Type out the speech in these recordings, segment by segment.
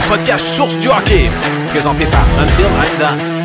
podcast Source du hockey, présenté par Until I'm Done.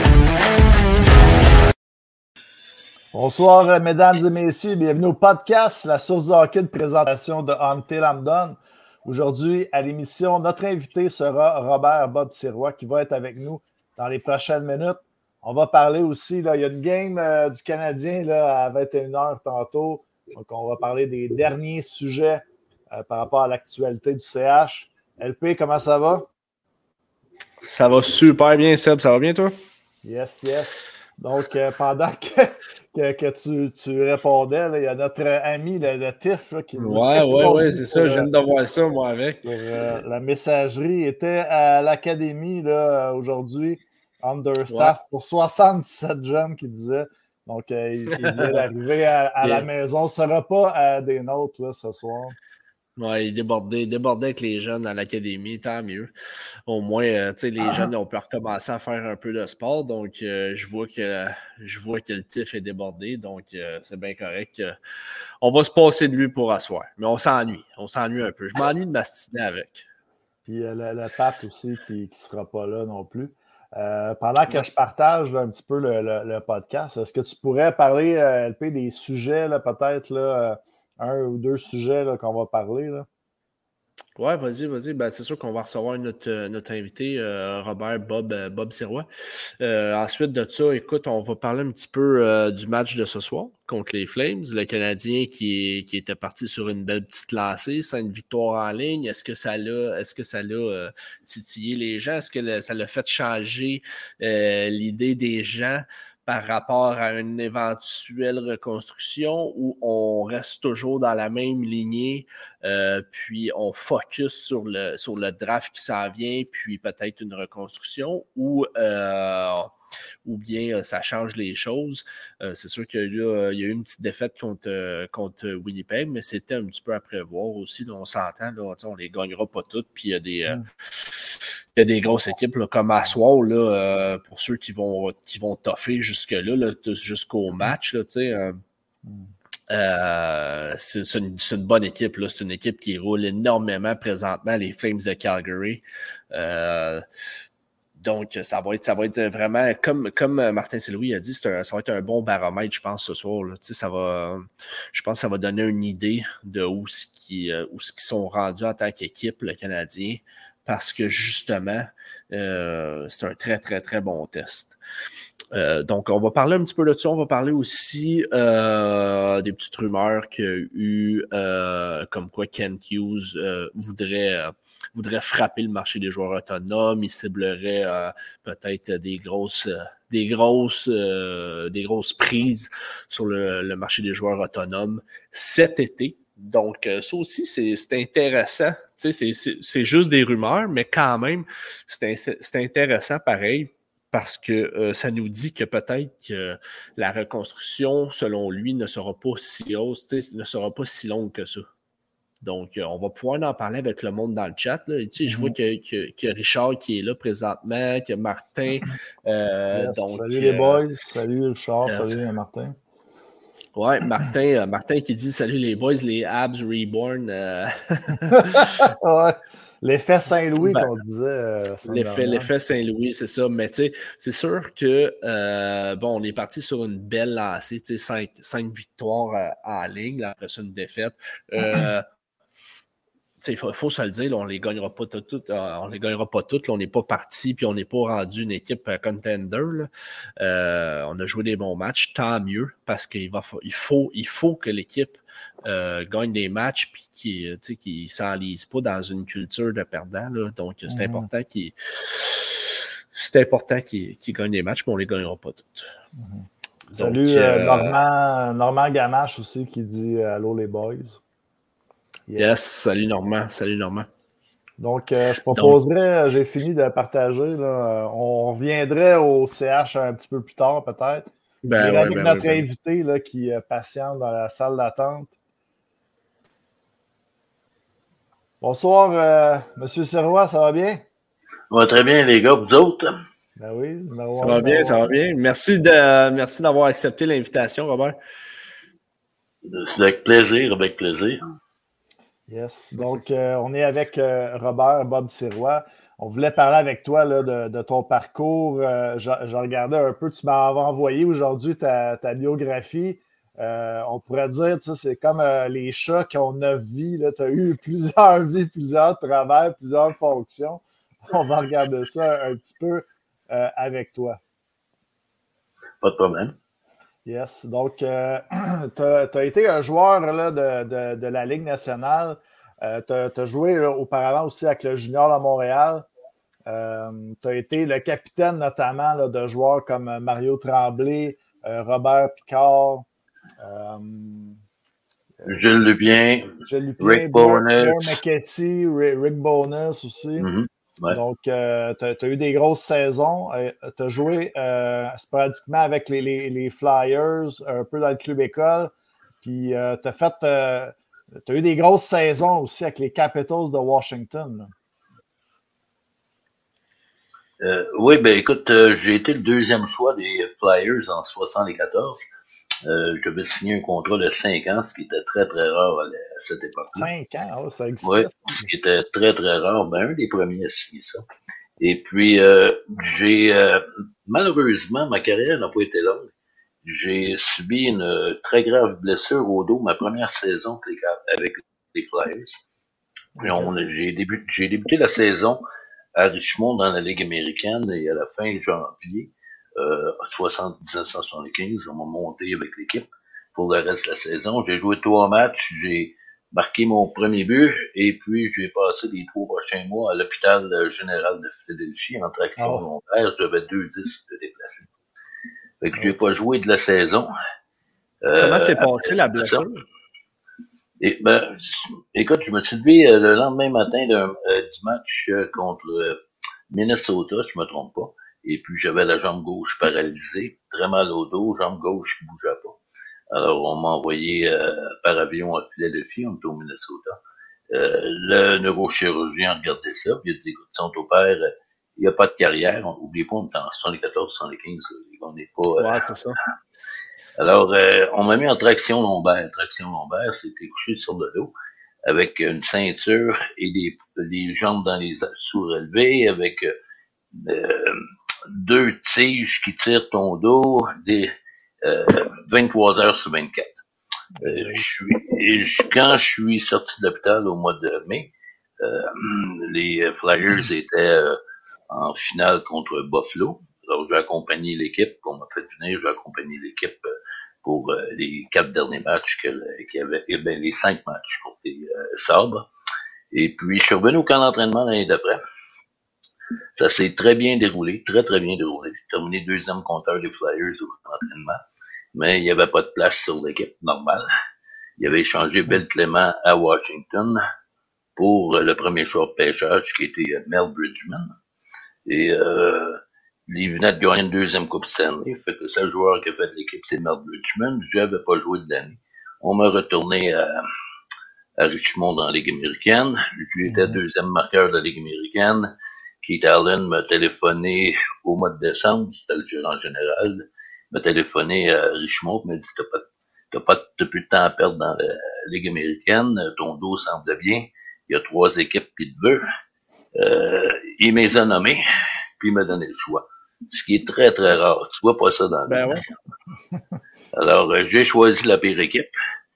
Bonsoir, mesdames et messieurs. Bienvenue au podcast La Source du hockey de présentation de Until I'm Done. Aujourd'hui, à l'émission, notre invité sera Robert Bob Sirois qui va être avec nous dans les prochaines minutes. On va parler aussi, là, il y a une game du Canadien là, à 21h tantôt. Donc, on va parler des derniers sujets par rapport à l'actualité du CH. LP, comment ça va? Ça va super bien, Seb. Ça va bien, toi? Yes. Donc, pendant que tu répondais, là, il y a notre ami, le Tiff, là, qui nous a Ouais, c'est ça. Je viens de voir ça, moi, avec. La messagerie était à l'académie là, aujourd'hui, understaff, pour 77 jeunes qui disaient. Donc, il vient d'arriver à la maison. Ce ne sera pas des nôtres là, ce soir. Ouais, il débordait avec les jeunes à l'académie, tant mieux. Au moins, les jeunes ont pu recommencer à faire un peu de sport. Donc, je vois que le TIF est débordé. Donc, c'est bien correct. On va se passer de lui pour asseoir. Mais on s'ennuie. On s'ennuie un peu. Je m'ennuie de m'astiner avec. Puis le Pat aussi qui ne sera pas là non plus. Pendant que je partage là, un petit peu le podcast, est-ce que tu pourrais parler, LP, des sujets, là, peut-être, là, un ou deux sujets là, qu'on va parler? Là? Ouais, vas-y. Ben, c'est sûr qu'on va recevoir notre invité, Robert Bob Sirois. Ensuite de ça, écoute, on va parler un petit peu du match de ce soir contre les Flames. Le Canadien qui était parti sur une belle petite lancée, 5 victoires en ligne. Est-ce que ça l'a titillé les gens? Est-ce que ça l'a fait changer l'idée des gens par rapport à une éventuelle reconstruction où on reste toujours dans la même lignée, puis on focus sur le draft qui s'en vient, puis peut-être une reconstruction, ou bien ça change les choses. C'est sûr que là, il y a eu une petite défaite contre Winnipeg, mais c'était un petit peu à prévoir aussi. Là, on s'entend, là, on les gagnera pas toutes, puis il y a des grosses équipes là, comme Aswell, là, pour ceux qui vont toffer jusque-là, jusqu'au match. Là, c'est une bonne équipe. Là. C'est une équipe qui roule énormément présentement, les Flames de Calgary. Donc, ça va être vraiment, comme Martin Saint-Louis a dit, ça va être un bon baromètre, je pense, ce soir. Là. Je pense que ça va donner une idée de où ce qu'ils sont rendus en tant qu'équipe, le Canadien. Parce que justement, c'est un très, très, très bon test. Donc, on va parler un petit peu de ça. On va parler aussi des petites rumeurs qu'il y a eu, comme quoi Kent Hughes voudrait frapper le marché des joueurs autonomes. Il ciblerait peut-être des grosses prises sur le marché des joueurs autonomes cet été. Donc, ça aussi, c'est intéressant. Tu sais, c'est juste des rumeurs, mais quand même, c'est intéressant pareil parce que ça nous dit que peut-être que la reconstruction, selon lui, ne sera pas si hausse, ne sera pas si longue que ça. Donc, on va pouvoir en parler avec le monde dans le chat. Là. Je vois qu'il y a Richard qui est là présentement, qu'il y a Martin. Donc, salut les boys, salut Richard, salut Martin. Ouais, Martin qui dit salut les boys, les Habs Reborn. Ouais. L'effet Saint-Louis qu'on disait. L'effet Saint-Louis, c'est ça. Mais tu sais, c'est sûr que on est parti sur une belle lancée, tu sais, 5 victoires en ligne, là, après ça, une défaite. Il faut se le dire, là, on ne les gagnera pas toutes. On les gagnera pas toutes. Là, on n'est pas parti puis on n'est pas rendu une équipe contender. Là. On a joué des bons matchs, tant mieux, parce qu'il faut que l'équipe gagne des matchs puis qu'ils ne s'enlisent pas dans une culture de perdant. Là. Donc, c'est important qu'ils gagnent des matchs, mais on ne les gagnera pas toutes. Salut Normand Gamache aussi qui dit allô les boys. Yes, salut Normand. Donc, je proposerais, j'ai fini de partager, là, on reviendrait au CH un petit peu plus tard peut-être. Avec notre invité là, qui patiente dans la salle d'attente. Bonsoir, Monsieur Sirois, ça va bien? Ça va très bien, les gars, vous autres? Ben oui. Ça va bien. Merci d'avoir accepté l'invitation, Robert. C'est avec plaisir. Yes. Donc, on est avec Robert Bob Sirois. On voulait parler avec toi là, de ton parcours. Je regardais un peu, tu m'avais envoyé aujourd'hui ta biographie. On pourrait dire, tu sais, c'est comme les chats qui ont 9 vies. Tu as eu plusieurs vies, plusieurs travails, plusieurs fonctions. On va regarder ça un petit peu avec toi. Pas de problème. Yes. Donc, tu as été un joueur là, de la Ligue nationale. Tu as joué là, auparavant aussi avec le Junior à Montréal. Tu as été le capitaine notamment là, de joueurs comme Mario Tremblay, Robert Picard, Gilles Lupien, Rick Blair Bowness. McKessie, Rick Bowness aussi. Mm-hmm. Ouais. Donc, tu as eu des grosses saisons. Tu as joué sporadiquement avec les Flyers, un peu dans le club école. Puis, tu as eu des grosses saisons aussi avec les Capitals de Washington. Oui, ben écoute, j'ai été le deuxième choix des Flyers en 1974. Je devais signer un contrat de 5 ans, ce qui était très, très rare à cette époque-là. 5 ans, oh, ça existait. Oui, ce qui était très, très rare. Ben, un des premiers à signer ça. Et puis, malheureusement, ma carrière n'a pas été longue. J'ai subi une très grave blessure au dos ma première saison avec les Flyers. J'ai débuté la saison à Richmond dans la Ligue américaine et à la fin janvier 1975, on m'a monté avec l'équipe pour le reste de la saison. J'ai joué 3 matchs, j'ai marqué mon premier but et puis j'ai passé les 3 prochains mois à l'hôpital général de Philadelphie en traction lombaire. J'avais 2 disques de déplacés. Fait que j'ai pas joué de la saison. Comment s'est passée la blessure? Et, écoute, je me suis levé le lendemain matin du match contre Minnesota, je me trompe pas. Et puis j'avais la jambe gauche paralysée, très mal au dos, jambe gauche qui bougeait pas. Alors on m'a envoyé par avion à Philadelphie, on était au Minnesota. Le neurochirurgien regardait ça, puis il a dit, écoute, si on t'opère, il n'y a pas de carrière. N'oubliez pas, on est en 74, 75, on n'est pas... ouais, c'est ça. Alors, on m'a mis en traction lombaire. Traction lombaire, c'était couché sur le dos, avec une ceinture et des jambes dans les sous-relevés, avec 2 tiges qui tirent ton dos, 23 heures sur 24. Quand je suis sorti de l'hôpital au mois de mai, les Flyers étaient en finale contre Buffalo. Alors, j'ai accompagné l'équipe, qu'on m'a fait venir, j'ai accompagné l'équipe pour les 4 derniers matchs qu'il y avait, les 5 matchs contre les Sabres. Et puis, je suis revenu au camp d'entraînement l'année d'après. Ça s'est très bien déroulé, très, très bien déroulé. J'ai terminé 2e compteur des Flyers au camp d'entraînement, mais il n'y avait pas de place sur l'équipe normale. Il avait échangé Bill Clément à Washington pour le premier choix de pêchage qui était Mel Bridgman. Et il venait de gagner une 2e Coupe Stanley. Fait que le seul joueur qui a fait de l'équipe, c'est Mel Bridgman. Je n'avais pas joué de l'année. On m'a retourné à Richmond dans la Ligue américaine. J'étais 2e marqueur de la Ligue américaine. Keith Allen m'a téléphoné au mois de décembre, c'était le gérant général, m'a téléphoné à Richmond, m'a dit t'as plus de temps à perdre dans la Ligue américaine, ton dos semble bien, il y a 3 équipes qui te veulent. Il m'a nommé, puis il m'a donné le choix. Ce qui est très, très rare. Tu vois pas ça dans la nation. Alors, j'ai choisi la pire équipe.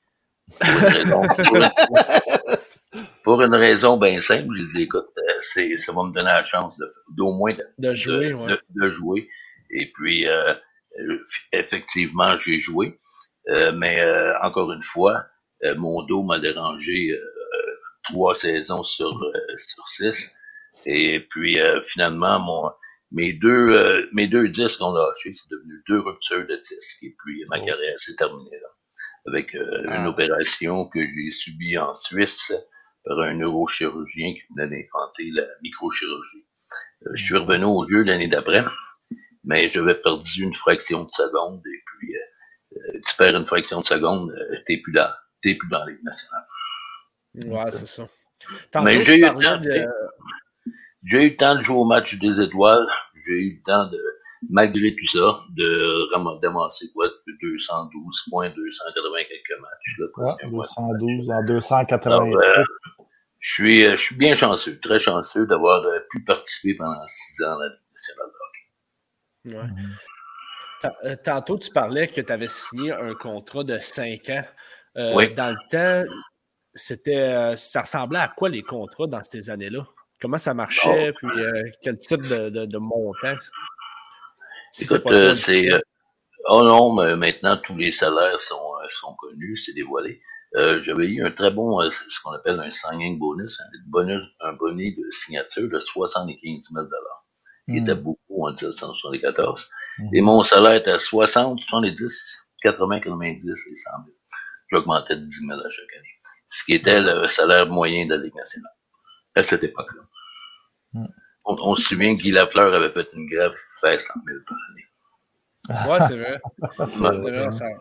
Pour une raison bien simple, j'ai dit, écoute, ça va me donner la chance d'au moins de jouer. Et puis, effectivement, j'ai joué. Mais encore une fois, mon dos m'a dérangé 3 saisons sur 6. Et puis, finalement, mes deux disques ont lâché. C'est devenu 2 ruptures de disques. Et puis, ma carrière s'est terminée là. Avec une opération que j'ai subie en Suisse par un neurochirurgien qui venait d'inventer la microchirurgie. Je suis revenu au jeu l'année d'après, mais j'avais perdu une fraction de seconde, et puis tu perds une fraction de seconde, t'es plus dans la Ligue nationale. Ouais, c'est ça. Mais j'ai eu le temps de jouer au match des étoiles, j'ai eu le temps de, malgré tout ça, d'amasser 212 points, 280 quelques matchs. Là, 212 en 287. Je suis bien chanceux, très chanceux d'avoir pu participer pendant 6 ans à la Ligue nationale de hockey. Ouais. Tantôt, tu parlais que tu avais signé un contrat de 5 ans. Oui. Dans le temps, ça ressemblait à quoi les contrats dans ces années-là? Comment ça marchait? Puis quel type de montant? Si c'est Écoute, pas trop indiscret. Oh non, mais maintenant tous les salaires sont connus, c'est dévoilé. J'avais eu un très bon, ce qu'on appelle un signing bonus, un bonus de signature de 75 000 qui était beaucoup en 1974. Et mon salaire était à 60, 70, 80, 90 et 100 000. J'augmentais de 10 000 à chaque année. Ce qui était le salaire moyen de la Ligue nationale à cette époque-là. On se souvient que Guy Lafleur avait fait une grève de 100 000 par année. Ouais, c'est vrai. C'est vrai, ça.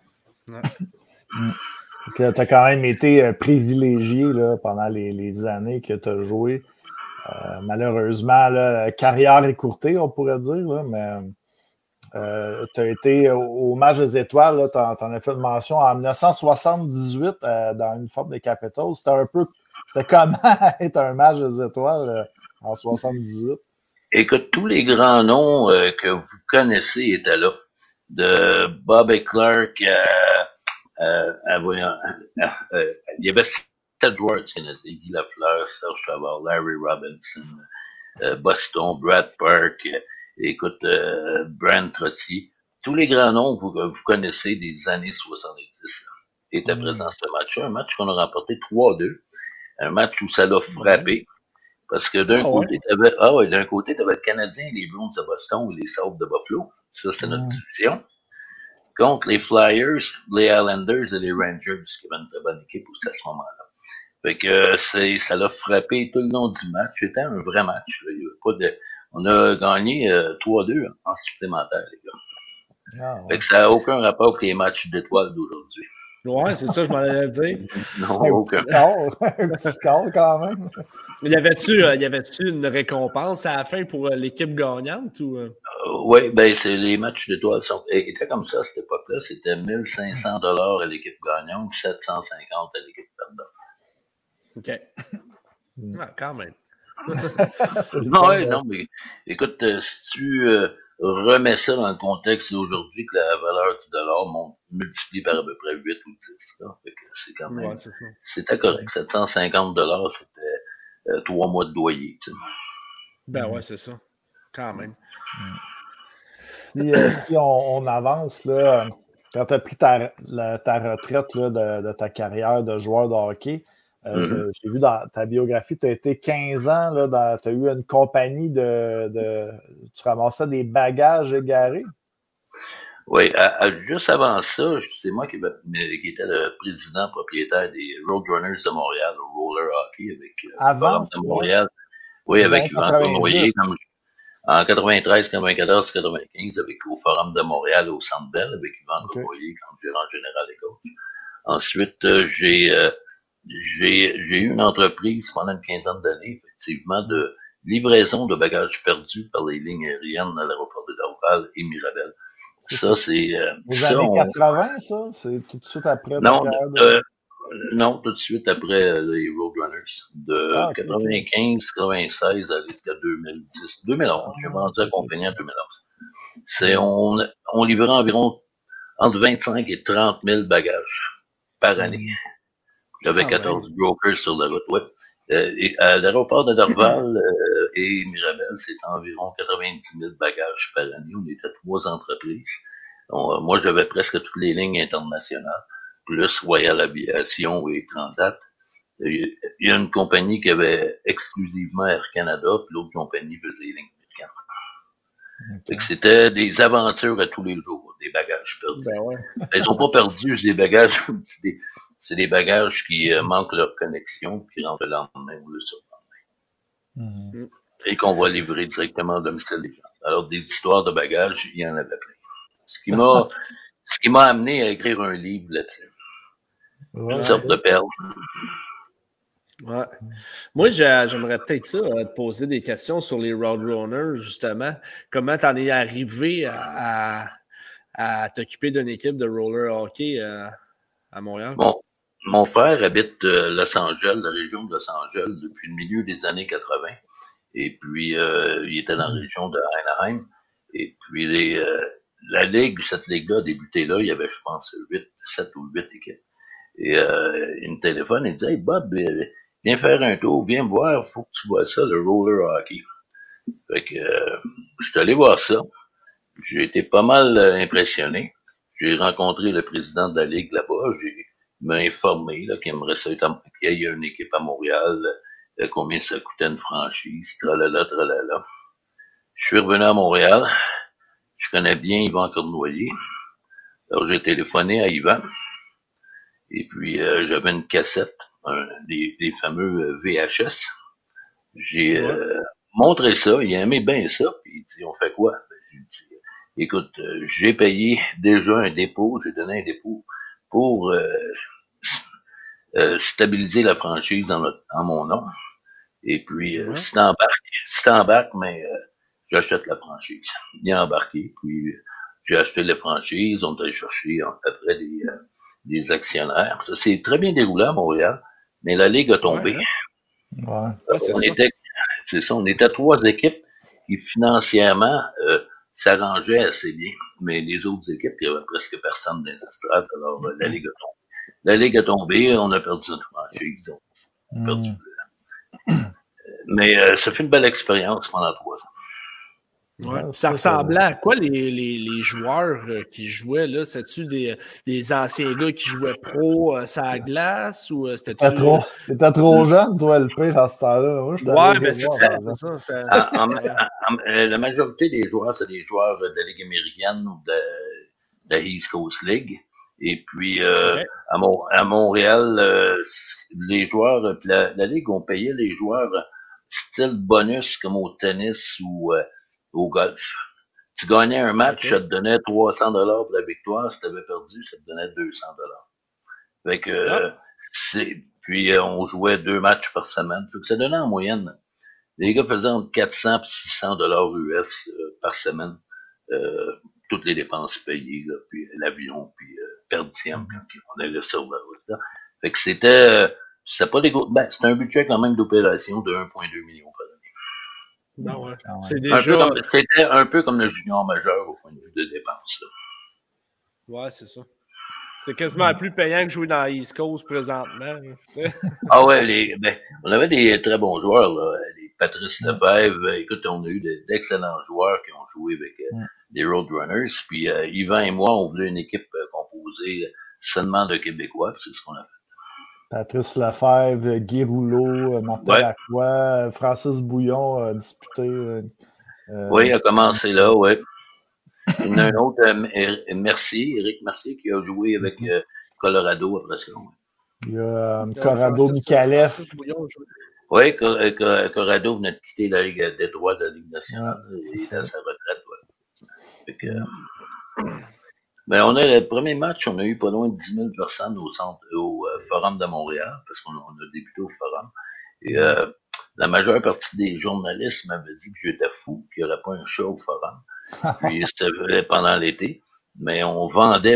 Tu as quand même été privilégié là, pendant les années que tu as joué. Malheureusement, là, carrière écourtée, on pourrait dire, là, mais tu as été au match des étoiles, tu en as fait mention en 1978 dans l'uniforme des Capitals. C'était comment être un match des étoiles en 78? Écoute, tous les grands noms que vous connaissez étaient là. De Bob et Clark il y avait 7 joueurs qui connaissaient. Guy Lafleur, Serge Chavard, Larry Robinson, Boston, Brad Park, écoute, Brent Trottier. Tous les grands noms que vous connaissez des années 70 étaient présents à ce match-là. Un match qu'on a remporté 3-2. Un match où ça l'a frappé. Parce que d'un côté, t'avais le Canadien, les Bruins de Boston et les Sabres de Buffalo. Ça, c'est notre division. Contre les Flyers, les Islanders et les Rangers, qui avaient une très bonne équipe aussi à ce moment-là. Fait que ça l'a frappé tout le long du match. C'était un vrai match. Là. Il y avait pas de... On a gagné 3-2 en supplémentaire, les gars. Fait que ça n'a aucun rapport avec les matchs d'étoiles d'aujourd'hui. Ouais, c'est ça, je m'en allais dire. Non, aucun. Un petit score quand même. Y avait-tu une récompense à la fin pour l'équipe gagnante ou oui, ben c'est les matchs d'étoiles étaient comme ça à cette époque-là. C'était 1 500 $ à l'équipe gagnante, 750 à l'équipe perdante. OK. Ah, quand même. Non, mais écoute, si tu remets ça dans le contexte d'aujourd'hui, que la valeur du dollar monte multipliée par à peu près 8 ou 10, là, fait que c'est quand même... c'était correct. 750 $, c'était 3 mois de loyer. Tu sais. Ben ouais, c'est ça. Quand même. Si on avance, là, quand tu as pris ta retraite là, de ta carrière de joueur de hockey, j'ai vu dans ta biographie, tu as été 15 ans, tu as eu une compagnie tu ramassais des bagages égarés. Oui, juste avant ça, c'est moi qui était le président propriétaire des Roadrunners de Montréal, au Roller Hockey, avec le Forum de Montréal. Oui, avec Yvan Tournoyer, en 93, 94, 95, au Forum de Montréal, au Centre Bell, avec Yvan Tournoyer comme gérant général et coach. Ensuite, j'ai eu une entreprise pendant une quinzaine d'années, effectivement, de livraison de bagages perdus par les lignes aériennes à l'aéroport de Dorval et Mirabel. Ça, c'est... Aux années 80, ça? C'est tout de suite après ta carrière non, tout de suite après les Roadrunners. De 95, 96 jusqu'à 2010. 2011. J'ai vendu la compagnie en 2011. On livrait environ entre 25 et 30 000 bagages par année. J'avais 14 brokers sur la route. Ouais. Et à l'aéroport de Dorval et Mirabel, c'était environ 90 000 bagages par année. On était 3 entreprises. Moi, j'avais presque toutes les lignes internationales, plus Royal Aviation et Transat. Il y a une compagnie qui avait exclusivement Air Canada, puis l'autre compagnie faisait les lignes américaines. Fait que c'était des aventures à tous les jours, des bagages perdus. Ben ouais. Ils sont pas perdus, c'est des bagages, c'est des bagages qui manquent leur connexion, puis qui rentrent le lendemain ou le surlendemain. Et qu'on va livrer directement au domicile des gens. Alors, des histoires de bagages, il y en avait plein. Ce qui m'a amené à écrire un livre là-dessus. Une sorte de perle. Ouais. Moi, j'aimerais peut-être ça, te poser des questions sur les Roadrunners, justement. Comment t'en es arrivé à t'occuper d'une équipe de roller hockey à Montréal? Bon, Mon frère habite Los Angeles, la région de Los Angeles, depuis le milieu des années 80. Et puis, il était dans la région de Anaheim. Et puis, la ligue, cette ligue-là a débuté là. Il y avait, je pense, 7 ou 8 équipes. Et il me téléphone et dit « Hey Bob, viens faire un tour, viens me voir, faut que tu vois ça, le roller hockey. » Fait que je suis allé voir ça. J'ai été pas mal impressionné. J'ai rencontré le président de la ligue là-bas. Il m'a informé qu'il aimerait ça qu'il y ait une équipe à Montréal, combien ça coûtait une franchise, tralala, tralala. Je suis revenu à Montréal. Je connais bien Yvan Cournoyer. Alors j'ai téléphoné à Yvan. Et puis j'avais une cassette, des fameux VHS. J'ai montré ça, il aimait bien ça, puis il dit « On fait quoi? » J'ai dit « Écoute, j'ai payé déjà un dépôt, j'ai donné un dépôt pour stabiliser la franchise en mon nom. Et puis, si t'embarques, mais j'achète la franchise. » Il a embarqué, puis j'ai acheté la franchise, on est chercher après des actionnaires. Ça s'est très bien déroulé à Montréal, mais la Ligue a tombé. On était 3 équipes qui financièrement s'arrangeaient assez bien, mais les autres équipes, il y avait presque personne dans les estrades, alors la Ligue a tombé. La Ligue a tombé, on a perdu notre franchise, on a perdu. Mais ça fait une belle expérience pendant 3 ans. Ouais. Ça ressemblait à quoi les joueurs qui jouaient là? C'était-tu des anciens gars qui jouaient pro sur la glace ou c'était-tu. T'étais trop jeune, toi, le pire, à ce temps-là. Ouais, mais c'est ça. La majorité des joueurs, c'est des joueurs de la Ligue américaine ou de la East Coast League. Et puis, à Montréal, les joueurs, la Ligue, on payait les joueurs style bonus comme au tennis ou au golf. Tu gagnais un match, ça te donnait $300 pour la victoire. Si tu avais perdu, ça te donnait $200. Fait que, puis on jouait 2 matchs par semaine. Fait que ça donnait en moyenne, les gars faisaient entre 400 et 600 $ US par semaine. Toutes les dépenses payées, là, puis l'avion, puis per diem, quand on allait sur la route. Là. Fait que c'était pas des gros. C'était un budget quand même d'opération de 1,2 million par année. Ben ouais. C'est déjà. C'était un peu comme le junior majeur au point de vue de dépenses. Là. Ouais, c'est ça. C'est quasiment plus payant que jouer dans la East Coast présentement. Ah ouais, on avait des très bons joueurs, là. Patrice Lefebvre, écoute, on a eu d'excellents joueurs qui ont joué avec les Roadrunners. Puis Yvan et moi, on voulait une équipe composée seulement de Québécois, c'est ce qu'on a fait. Patrice Lefebvre, Guy Rouleau, Martin Lacroix, Francis Bouillon disputé. Oui, il a commencé là, oui. Il y en a un autre, Éric Mercier, qui a joué avec Colorado après ça. Ouais. Il y a Corrado Michalef. Oui, Corrado venait de quitter la Ligue des droits de la Ligue nationale. Il est à sa retraite. Ouais. Ben, on a le premier match, on a eu pas loin de 10 000 personnes au Forum de Montréal, parce qu'on a débuté au Forum. Et la majeure partie des journalistes m'avaient dit que j'étais fou, qu'il n'y aurait pas un show au Forum. Puis c'était pendant l'été. Mais on vendait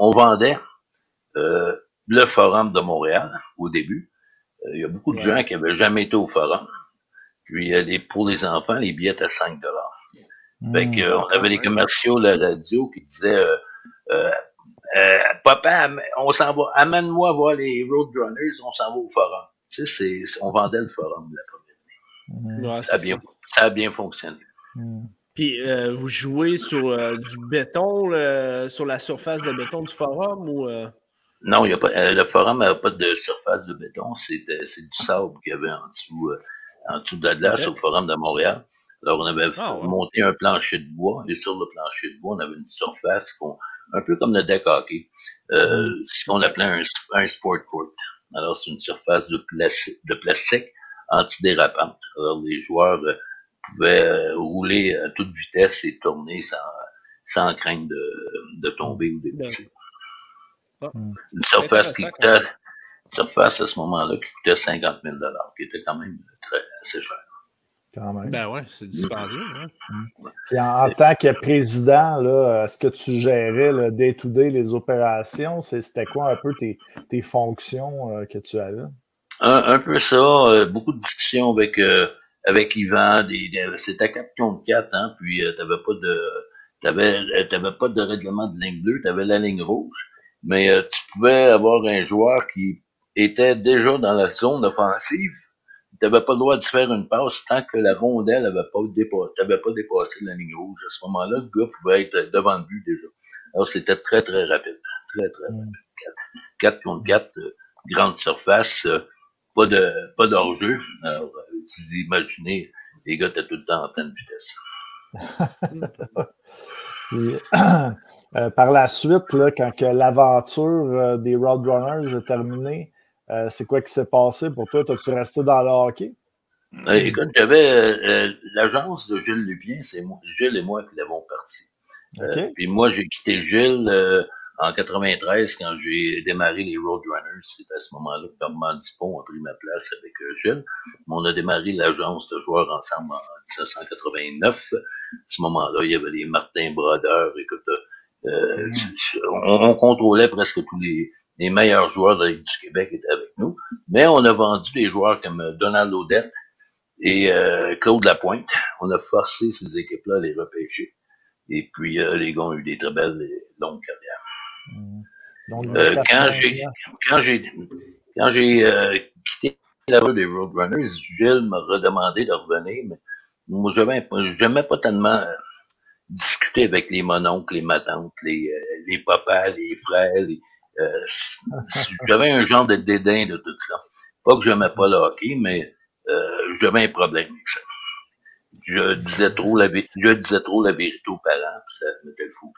le Forum de Montréal au début. Il y a beaucoup de gens qui n'avaient jamais été au Forum. Puis pour les enfants, les billets étaient $5. Fait que on avait des commerciaux à la radio qui disaient Papa, on s'en va, amène-moi voir les Roadrunners, on s'en va au Forum. Tu sais, on vendait le Forum la première année. Ça a bien fonctionné. Puis vous jouez sur du béton, sur la surface de béton du Forum ou Non, il y a pas. Le Forum n'a pas de surface de béton, c'est du sable qu'il y avait en dessous de la glace au Forum de Montréal. Alors on avait monté un plancher de bois et sur le plancher de bois, on avait une surface un peu comme le deck hockey, ce qu'on appelait un sport court. Alors c'est une surface de plastique antidérapante. Alors les joueurs pouvaient rouler à toute vitesse et tourner sans crainte de tomber ou de glisser. Une surface à ce moment-là qui coûtait $50 000, qui était quand même assez cher. Quand même. Ben ouais, c'est dispendieux. Hein? Puis en tant que président, là, est-ce que tu gérais le day-to-day, les opérations? C'était quoi un peu tes fonctions que tu avais? Un peu ça, beaucoup de discussions avec Yvan, c'était 4 contre 4, hein, puis t'avais pas de règlement de ligne bleue, t'avais la ligne rouge, mais tu pouvais avoir un joueur qui était déjà dans la zone offensive, t'avais pas le droit de faire une passe tant que la rondelle t'avais pas dépassé la ligne rouge. À ce moment-là, le gars pouvait être devant le but déjà. Alors c'était très très rapide, très très rapide. 4 contre 4, grande surface. Pas d'hors-jeu. Alors, si vous imaginez, les gars étaient tout le temps en pleine vitesse. Puis, par la suite, là, quand que l'aventure des Roadrunners est terminée, c'est quoi qui s'est passé pour toi? T'as-tu resté dans le hockey? Écoute, j'avais l'agence de Gilles Lupien, Gilles et moi qui l'avons parti. Okay. Puis moi, j'ai quitté Gilles en 93 quand j'ai démarré les Roadrunners. C'était à ce moment-là que Normand Dupont a pris ma place avec Gilles. On a démarré l'agence de joueurs ensemble en 1989. À ce moment-là, il y avait les Martin Brodeur. Écoute, on contrôlait presque tous les meilleurs joueurs de la Ligue du Québec étaient avec nous. Mais on a vendu des joueurs comme Donald Audette et Claude Lapointe. On a forcé ces équipes-là à les repêcher. Et puis, les gars ont eu des très belles et longues carrières. Donc, quand j'ai quitté la rue des Roadrunners, Gilles m'a redemandé de revenir, mais moi, j'aimais pas tellement discuter avec les mononcles, les matantes, les papas, les frères. J'avais un genre de dédain de tout ça. Pas que j'aimais pas le hockey, mais j'avais un problème avec ça. Je disais trop la vérité aux parents, puis ça me mettait le fou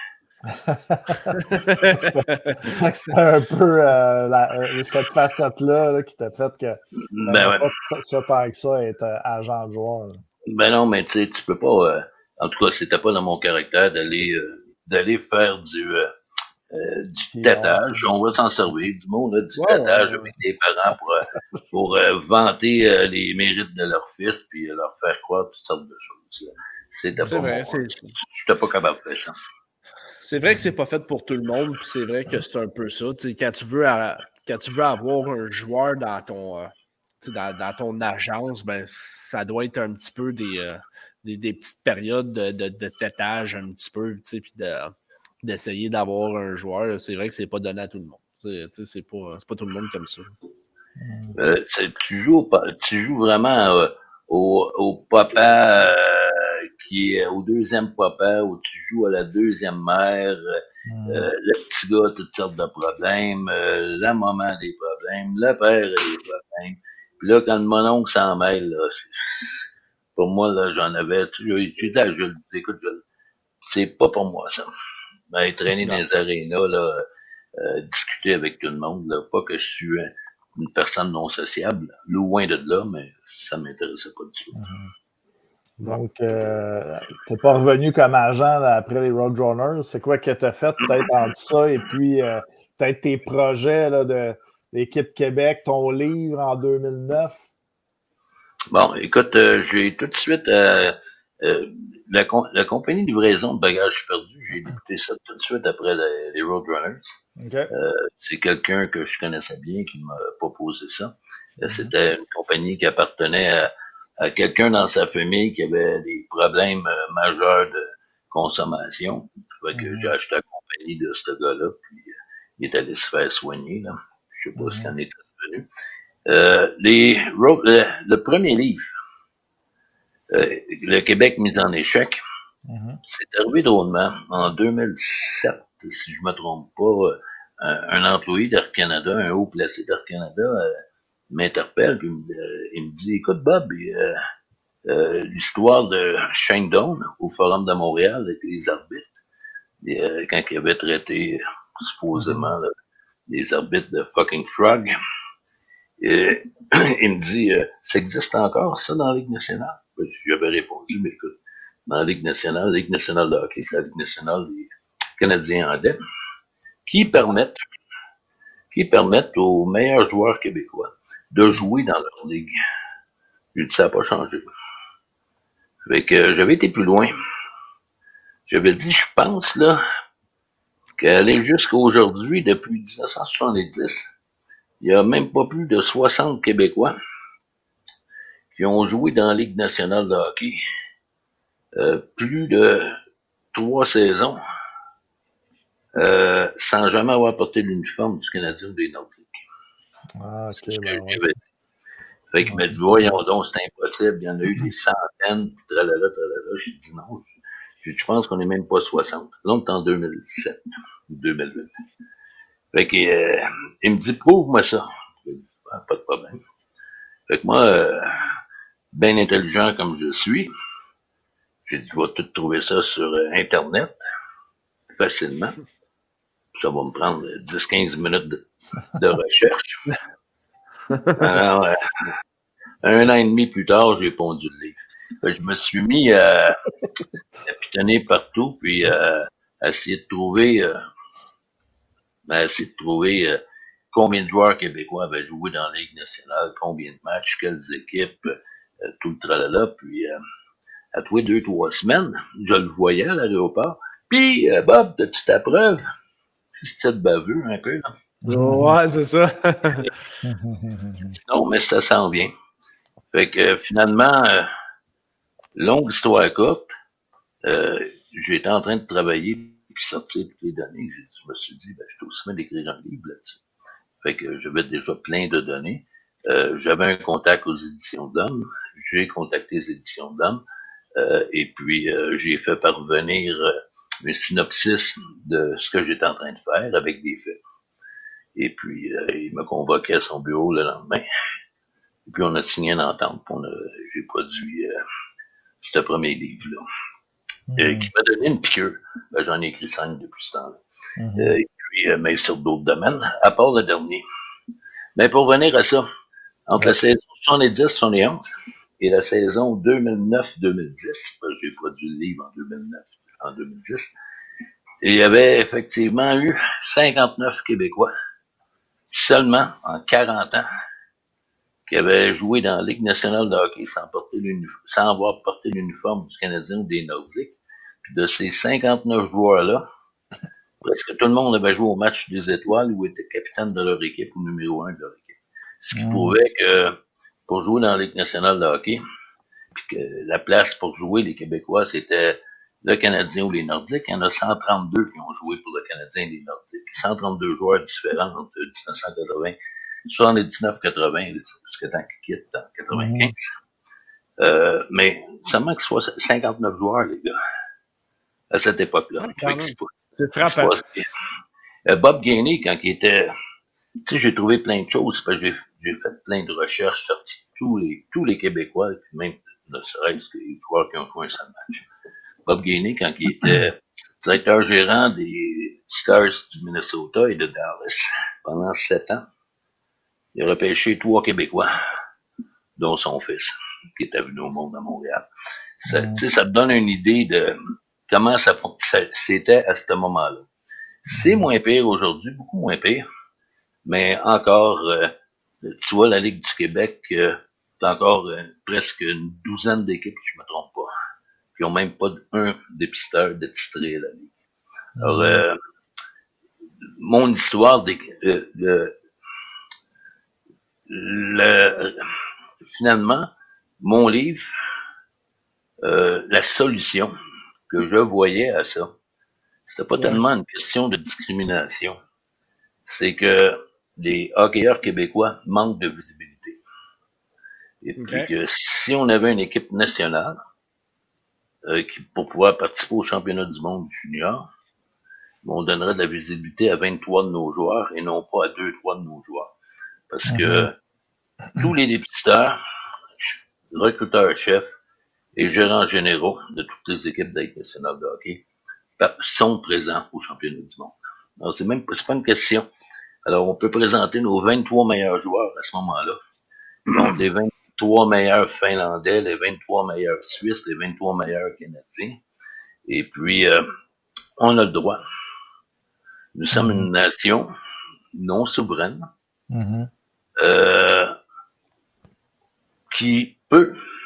cul. C'est un peu cette facette-là là, qui t'a fait que pas ça tant que ça être agent de joueur. Là. Ben non, mais tu sais, tu peux pas. En tout cas, c'était pas dans mon caractère d'aller faire du tâtage. On va s'en servir du mot, là, du tâtage avec les parents pour vanter les mérites de leur fils puis leur faire croire toutes sortes de choses. Là. C'était pas vrai. J'étais pas capable de faire ça. C'est vrai que c'est pas fait pour tout le monde, puis c'est vrai que c'est un peu ça. Quand tu veux avoir un joueur dans ton agence, ben ça doit être un petit peu des petites périodes de têtage un petit peu, puis d'essayer d'avoir un joueur. C'est vrai que c'est pas donné à tout le monde. C'est pas tout le monde comme ça. Tu joues vraiment au papa qui est au deuxième papa, où tu joues à la deuxième mère, le petit gars a toutes sortes de problèmes, la maman a des problèmes, le père a des problèmes. Puis là, quand mon oncle s'en mêle, là, pour moi, là, j'en avais, écoute, c'est pas pour moi, ça. Ben, traîner dans les arénas, là, discuter avec tout le monde, là, pas que je suis une personne non sociable, loin de là, mais ça m'intéressait pas du tout. Donc, t'es pas revenu comme agent là, après les Roadrunners. C'est quoi que t'as fait peut-être entre ça et puis peut-être tes projets là, de l'équipe Québec, ton livre en 2009? Bon, écoute, j'ai tout de suite la compagnie de livraison de bagages perdus, j'ai débuté ça tout de suite après les Roadrunners. Okay. C'est quelqu'un que je connaissais bien qui m'a proposé ça. C'était une compagnie qui appartenait à quelqu'un dans sa famille qui avait des problèmes majeurs de consommation. Fait que j'ai acheté la compagnie de ce gars-là, puis il est allé se faire soigner, là. Je sais pas ce qu'en est devenu. Le premier livre, le Québec mis en échec, c'est arrivé drôlement. En 2007, si je me trompe pas, un employé d'Air Canada, un haut placé d'Air Canada, m'interpelle, puis il me dit, écoute Bob, l'histoire de Shane Doan au Forum de Montréal avec les arbitres, quand il avait traité supposément là, les arbitres de fucking frog, il me dit, ça existe encore ça dans la Ligue nationale? J'avais répondu, mais écoute, dans la Ligue nationale de hockey, c'est la Ligue nationale des Canadiens anglais, qui permettent aux meilleurs joueurs québécois de jouer dans leur ligue. J'ai dit, ça n'a pas changé. Fait que j'avais été plus loin. J'avais dit, je pense, là, qu'aller jusqu'à aujourd'hui, depuis 1970, il y a même pas plus de 60 Québécois qui ont joué dans la Ligue nationale de hockey plus de 3 saisons sans jamais avoir porté l'uniforme du Canadien ou des Nordiques. Ah, ok, ben ouais. Fait que, mais voyons donc, c'est impossible. Il y en a eu des centaines, puis tralala. J'ai dit non. Je pense qu'on est même pas 60. Là, on est en 2007 ou 2008. Fait que, il me dit, prouve-moi ça. J'ai dit, pas de problème. Fait que moi, bien intelligent comme je suis, j'ai dit, je vais tout trouver ça sur Internet, facilement. Ça va me prendre 10-15 minutes de recherche. Alors, un an et demi plus tard, j'ai pondu le livre. Fait que je me suis mis à pitonner partout, puis à essayer de trouver, combien de joueurs québécois avaient joué dans la Ligue nationale, combien de matchs, quelles équipes, tout le tralala, puis à tous les 2-3 semaines, je le voyais à l'aéroport. Puis, Bob, t'as-tu ta preuve? C'est style baveux, un peu, là. Ouais, c'est ça. Non, mais ça s'en vient. Fait que, finalement, longue histoire courte, j'étais en train de travailler puis sortir toutes les données. Je me suis dit, je suis aussi bien d'écrire un livre là-dessus. Fait que j'avais déjà plein de données. J'avais un contact aux éditions d'Homme. J'ai contacté les éditions d'Homme. Et puis, j'ai fait parvenir un synopsis de ce que j'étais en train de faire avec des faits. Et puis, il me convoquait à son bureau le lendemain. Et puis, on a signé une entente. J'ai produit ce premier livre-là. Qui m'a donné une piqûre. J'en ai écrit 5 depuis ce temps-là. Et puis, mais sur d'autres domaines, à part le dernier. Mais pour revenir à ça, entre la saison 70-71 et la saison 2009-2010, j'ai produit le livre en 2009, en 2010, et il y avait effectivement eu 59 Québécois, seulement en 40 ans, qui avaient joué dans la Ligue nationale de hockey sans avoir porté l'uniforme du Canadien ou des Nordiques. Puis de ces 59 joueurs-là, presque tout le monde avait joué au match des étoiles ou était capitaine de leur équipe ou numéro 1 de leur équipe. Ce qui prouvait que pour jouer dans la Ligue nationale de hockey, puis que la place pour jouer les Québécois, c'était le Canadien ou les Nordiques. Il y en a 132 qui ont joué pour le Canadien et les Nordiques. 132 joueurs différents entre 1980, 79-80, jusqu'à temps qu'ils quittent en 95. Mais seulement que soit 59 joueurs, les gars, à cette époque-là. C'est frappant. Bob Gainey, quand il était... Tu sais, j'ai trouvé plein de choses, parce que j'ai fait plein de recherches, sorti tous les Québécois, puis même ne serait-ce que les joueurs qui ont joué un seul match. Bob Gainey, quand il était directeur gérant des Stars du Minnesota et de Dallas pendant 7 ans, il a repêché 3 Québécois, dont son fils, qui était venu au monde à Montréal. Ça te donne une idée de comment ça c'était à ce moment-là. C'est moins pire aujourd'hui, beaucoup moins pire, mais encore, tu vois, la Ligue du Québec, t'as encore presque une douzaine d'équipes, si je me trompe pas, qui ont même pas un dépisteur de titré à la Ligue. Alors, mon histoire finalement, mon livre, la solution que je voyais à ça, c'était pas tellement une question de discrimination. C'est que les hockeyeurs québécois manquent de visibilité. Et puis que si on avait une équipe nationale pour pouvoir participer au championnat du monde junior, on donnerait de la visibilité à 23 de nos joueurs et non pas à 2-3 de nos joueurs. Parce que tous les dépisteurs, recruteurs-chefs et gérants généraux de toutes les équipes de la Ligue nationale de hockey sont présents au championnat du monde. Alors, c'est pas une question. Alors, on peut présenter nos 23 meilleurs joueurs à ce moment-là. Donc, les 23 meilleurs Finlandais, les 23 meilleurs Suisses, les 23 meilleurs Canadiens. Et puis, on a le droit. Nous sommes une nation non souveraine qui peut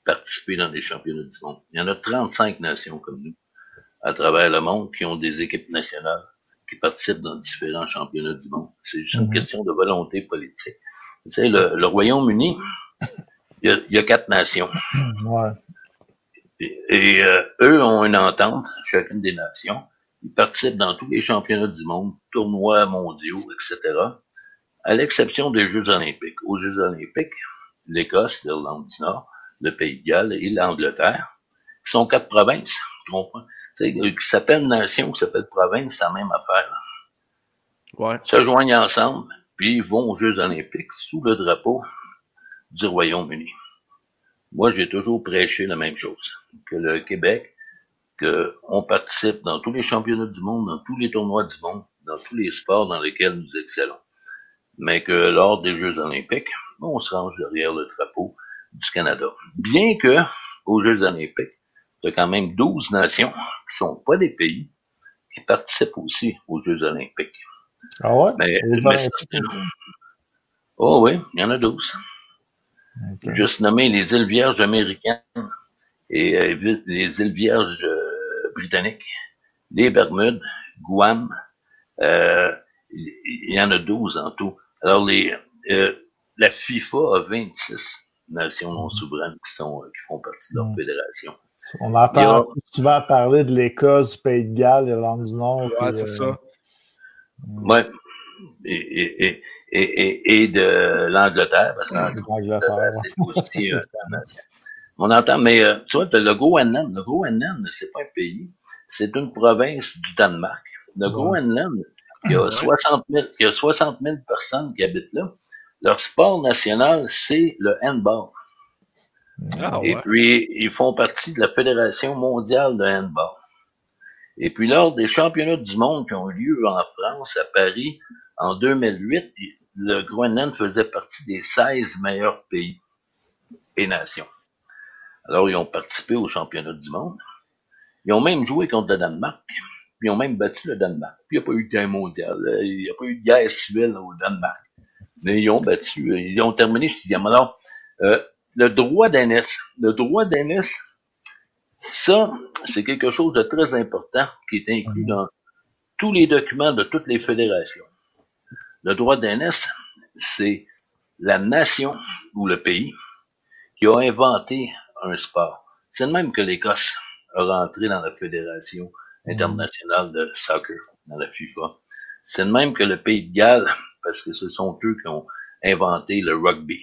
participer dans les championnats du monde. Il y en a 35 nations comme nous à travers le monde qui ont des équipes nationales qui participent dans différents championnats du monde. C'est juste une question de volonté politique. Tu sais, le Royaume-Uni, il y a 4 nations. Ouais. Et eux ont une entente, chacune des nations. Ils participent dans tous les championnats du monde, tournois mondiaux, etc., à l'exception des Jeux olympiques. Aux Jeux olympiques, l'Écosse, l'Irlande du Nord, le Pays de Galles et l'Angleterre, qui sont 4 provinces, tu comprends? Tu sais, qui s'appellent nation, qui s'appellent province, c'est la même affaire. Ouais. Se joignent ensemble, puis ils vont aux Jeux olympiques sous le drapeau du Royaume-Uni. Moi, j'ai toujours prêché la même chose, que le Québec, qu'on participe dans tous les championnats du monde, dans tous les tournois du monde, dans tous les sports dans lesquels nous excellons. Mais que lors des Jeux olympiques, on se range derrière le drapeau du Canada. Bien que, aux Jeux olympiques, il y a quand même 12 nations qui sont pas des pays qui participent aussi aux Jeux olympiques. Ah ouais? Mais ça, oh oui, il y en a 12. Okay. Juste nommer les îles Vierges américaines et les îles Vierges britanniques, les Bermudes, Guam, il y en a 12 en tout. Alors, la FIFA a 26 nations non souveraines qui font partie de leur fédération. On entend souvent parler de l'Écosse, du Pays de Galles, l'Irlande du Nord. Ouais, c'est ça. Ouais. Et de l'Angleterre, parce que l'Angleterre, c'est aussi une nation. On entend, mais tu vois, le Groenland. Le Groenland, c'est pas un pays, c'est une province du Danemark. Le Groenland, il y a 60 000 personnes qui habitent là. Leur sport national, c'est le handball. Et puis, ils font partie de la Fédération mondiale de handball. Et puis, lors des championnats du monde qui ont eu lieu en France, à Paris, en 2008, le Groenland faisait partie des 16 meilleurs pays et nations. Alors, ils ont participé aux championnats du monde. Ils ont même joué contre le Danemark. Puis, ils ont même battu le Danemark. Puis, il n'y a pas eu de guerre mondiale. Il n'y a pas eu de guerre civile au Danemark. Mais ils ont battu. Ils ont terminé 6e. Alors, le droit d'aînesse. Le droit d'aînesse, ça, c'est quelque chose de très important qui est inclus dans tous les documents de toutes les fédérations. Le droit d'aînesse, c'est la nation ou le pays qui a inventé un sport. C'est le même que l'Écosse a rentré dans la Fédération internationale de soccer, dans la FIFA. C'est le même que le Pays de Galles, parce que ce sont eux qui ont inventé le rugby.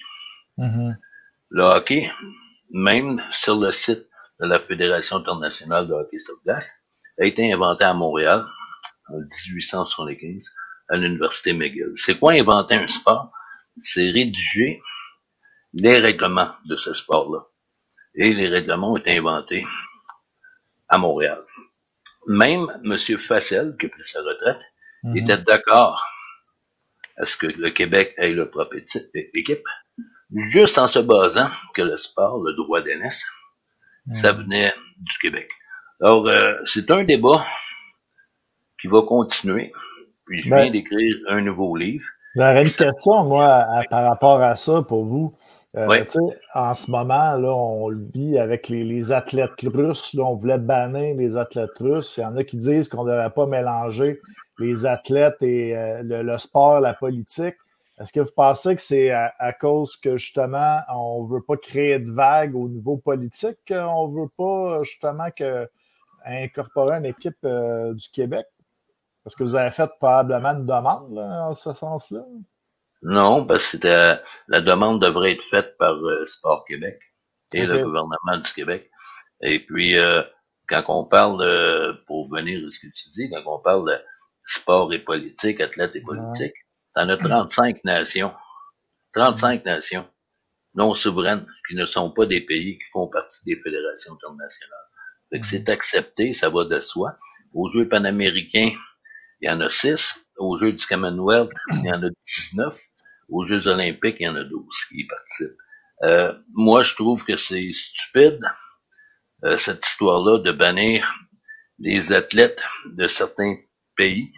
Le hockey, même sur le site de la Fédération internationale de hockey sur glace, a été inventé à Montréal en 1875 à l'Université McGill. C'est quoi inventer un sport? C'est rédiger les règlements de ce sport-là. Et les règlements ont été inventés à Montréal. Même M. Facel, qui a pris sa retraite, était d'accord à ce que le Québec ait leur propre équipe, juste en se basant que le sport, le droit d'aînesse, ça venait du Québec. Alors, c'est un débat qui va continuer. Puis je viens d'écrire un nouveau livre. J'aurais une question, moi, par rapport à ça pour vous. En ce moment, là, on le vit avec les athlètes russes. Là, on voulait bannir les athlètes russes. Il y en a qui disent qu'on ne devrait pas mélanger les athlètes et le sport, la politique. Est-ce que vous pensez que c'est à cause que, justement, on ne veut pas créer de vagues au niveau politique qu'on ne veut pas, justement, incorporer une équipe du Québec? Est-ce que vous avez fait probablement une demande là, en ce sens-là? Non, parce que la demande devrait être faite par Sport Québec et le gouvernement du Québec. Et puis, quand on parle, pour venir à ce que tu dis, quand on parle de sport et politique, athlètes et politique, t'en as 35 nations. 35 nations non souveraines qui ne sont pas des pays qui font partie des fédérations internationales. Fait que c'est accepté, ça va de soi. Aux Jeux panaméricains, il y en a 6. Aux Jeux du Commonwealth, il y en a 19. Aux Jeux olympiques, il y en a 12 qui y participent. Moi, je trouve que c'est stupide, cette histoire-là, de bannir les athlètes de certains pays,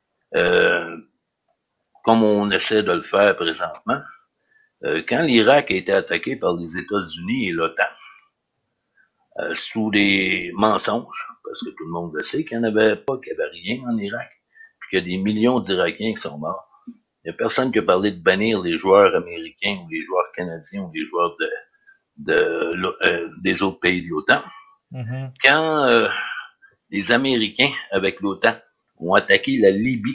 comme on essaie de le faire présentement. Quand l'Irak a été attaqué par les États-Unis et l'OTAN, sous des mensonges, parce que tout le monde le sait qu'il n'y en avait pas, qu'il n'y avait rien en Irak, puis qu'il y a des millions d'Irakiens qui sont morts. Il n'y a personne qui a parlé de bannir les joueurs américains ou les joueurs canadiens ou les joueurs des autres pays de l'OTAN. Mm-hmm. Quand les Américains, avec l'OTAN, ont attaqué la Libye,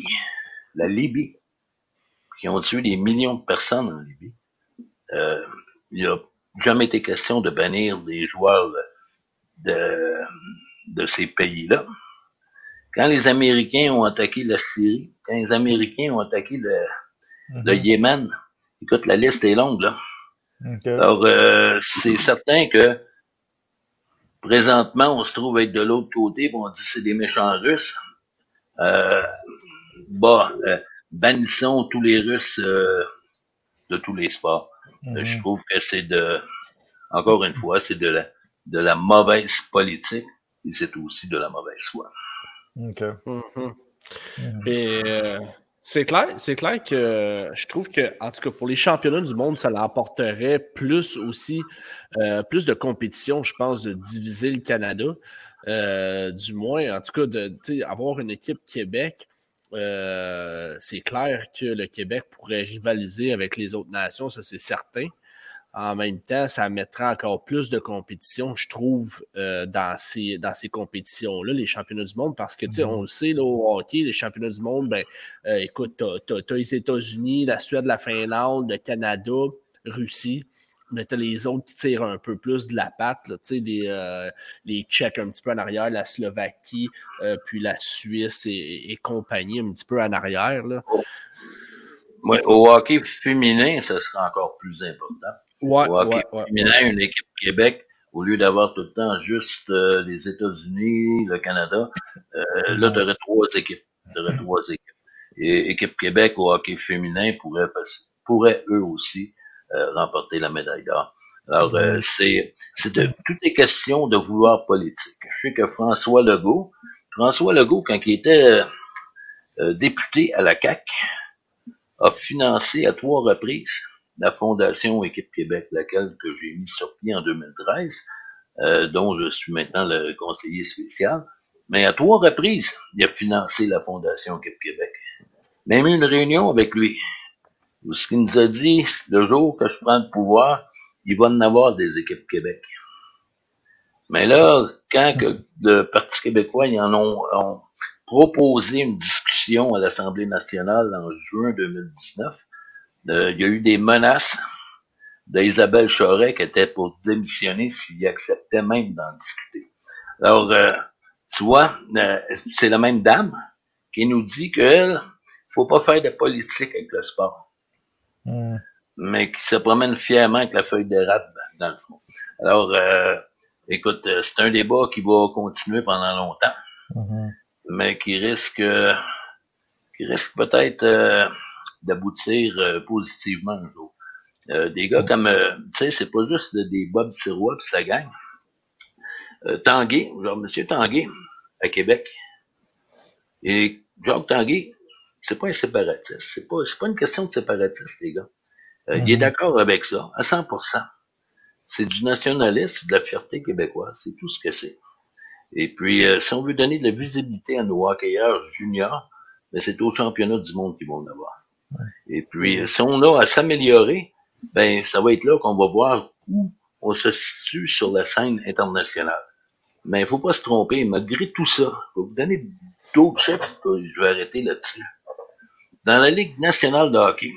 qui ont tué des millions de personnes en Libye, il n'a jamais été question de bannir des joueurs de ces pays-là. Quand les Américains ont attaqué la Syrie, quand les Américains ont attaqué le Yémen, écoute, la liste est longue, là. Okay. Alors, c'est certain que présentement, on se trouve être de l'autre côté, on dit c'est des méchants Russes. Bannissons tous les Russes de tous les sports. Je trouve que c'est encore une fois, c'est de la mauvaise politique et c'est aussi de la mauvaise foi. Okay. Et c'est clair que je trouve que, en tout cas, pour les championnats du monde, ça l'apporterait plus aussi, plus de compétition, je pense, de diviser le Canada. Du moins, en tout cas, avoir une équipe Québec, c'est clair que le Québec pourrait rivaliser avec les autres nations, ça c'est certain. En même temps, ça mettra encore plus de compétition, je trouve, dans ces compétitions-là, les championnats du monde, parce que, tu sais, on le sait, là, au hockey, les championnats du monde, écoute, t'as les États-Unis, la Suède, la Finlande, le Canada, Russie, mais t'as les autres qui tirent un peu plus de la patte, là, tu sais, les Tchèques un petit peu en arrière, la Slovaquie, puis la Suisse et compagnie un petit peu en arrière, là. Ouais, au hockey féminin, ça sera encore plus important. Ouais, au hockey féminin, une équipe Québec, au lieu d'avoir tout le temps juste les États-Unis, le Canada, là, tu aurais trois équipes. Et équipe Québec au hockey féminin pourrait eux aussi remporter la médaille d'or. Alors, tout est question de vouloir politique. Je sais que François Legault, quand il était député à la CAQ, a financé à 3 reprises la Fondation Équipe Québec, laquelle que j'ai mis sur pied en 2013, dont je suis maintenant le conseiller spécial. Mais à 3 reprises, il a financé la Fondation Équipe Québec. Même eu une réunion avec lui, où ce qu'il nous a dit, le jour que je prends le pouvoir, il va en avoir des équipes Québec. Mais là, quand que le Parti québécois, ils en ont proposé une discussion à l'Assemblée nationale en juin 2019, il y a eu des menaces d'Isabelle Charest qui était pour démissionner s'il acceptait même d'en discuter. Alors, tu vois, c'est la même dame qui nous dit qu'elle, faut pas faire de politique avec le sport. Mais qui se promène fièrement avec la feuille d'érable dans le fond. Alors, écoute, c'est un débat qui va continuer pendant longtemps, mais qui risque peut-être d'aboutir positivement un jour. Des gars comme, tu sais, c'est pas juste des Bob Sirois pis ça gagne. Tanguay, genre Monsieur Tanguay, à Québec. Et Jacques Tanguay, c'est pas un séparatiste. C'est pas une question de séparatiste, les gars. Il est d'accord avec ça, à 100%. C'est du nationalisme, de la fierté québécoise. C'est tout ce que c'est. Et puis, si on veut donner de la visibilité à nos hockeyeurs juniors, ben, c'est au championnat du monde qu'ils vont en avoir. Et puis, si on a à s'améliorer, ben, ça va être là qu'on va voir où on se situe sur la scène internationale. Mais il faut pas se tromper. Malgré tout ça, je vais vous donner d'autres chiffres, je vais arrêter là-dessus. Dans la Ligue nationale de hockey,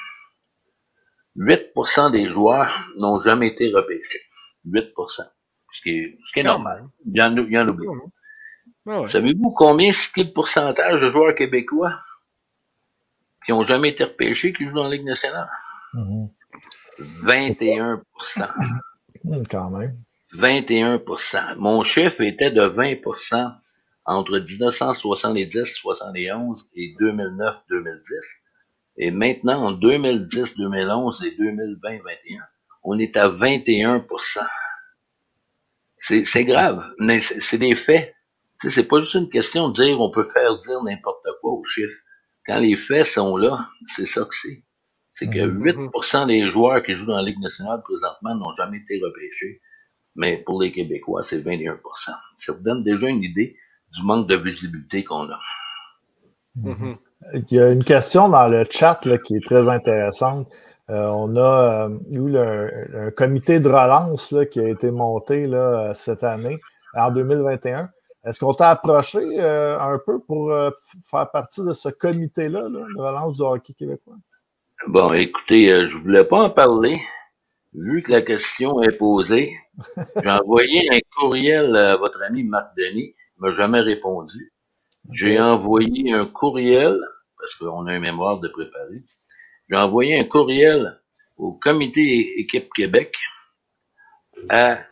8% des joueurs n'ont jamais été repêchés. 8%. Ce qui est normal. Il y en oublie. Ouais. Savez-vous combien c'est le pourcentage de joueurs québécois qui n'ont jamais été repêchés qui jouent dans la Ligue nationale? 21%. Quand même. 21%. Mon chiffre était de 20% entre 1970, 71 et 2009, 2010. Et maintenant, en 2010, 2011 et 2020, 2021, on est à 21%. C'est grave, mais c'est des faits. Tu sais, c'est pas juste une question de dire on peut faire dire n'importe quoi aux chiffres. Quand les faits sont là, c'est ça que c'est. C'est que 8% des joueurs qui jouent dans la Ligue nationale présentement n'ont jamais été repêchés. mais pour les Québécois, c'est 21%. Ça vous donne déjà une idée du manque de visibilité qu'on a. Mhm. Il y a une question dans le chat là, qui est très intéressante. On a eu un comité de relance là, qui a été monté là, cette année, en 2021. Est-ce qu'on t'a approché un peu pour faire partie de ce comité-là là, de relance du hockey québécois? Bon, écoutez, je voulais pas en parler, vu que la question est posée. J'ai envoyé un courriel à votre ami Marc Denis, il m'a jamais répondu. J'ai envoyé un courriel, parce qu'on a un mémoire de préparer, j'ai envoyé un courriel au comité Équipe Québec à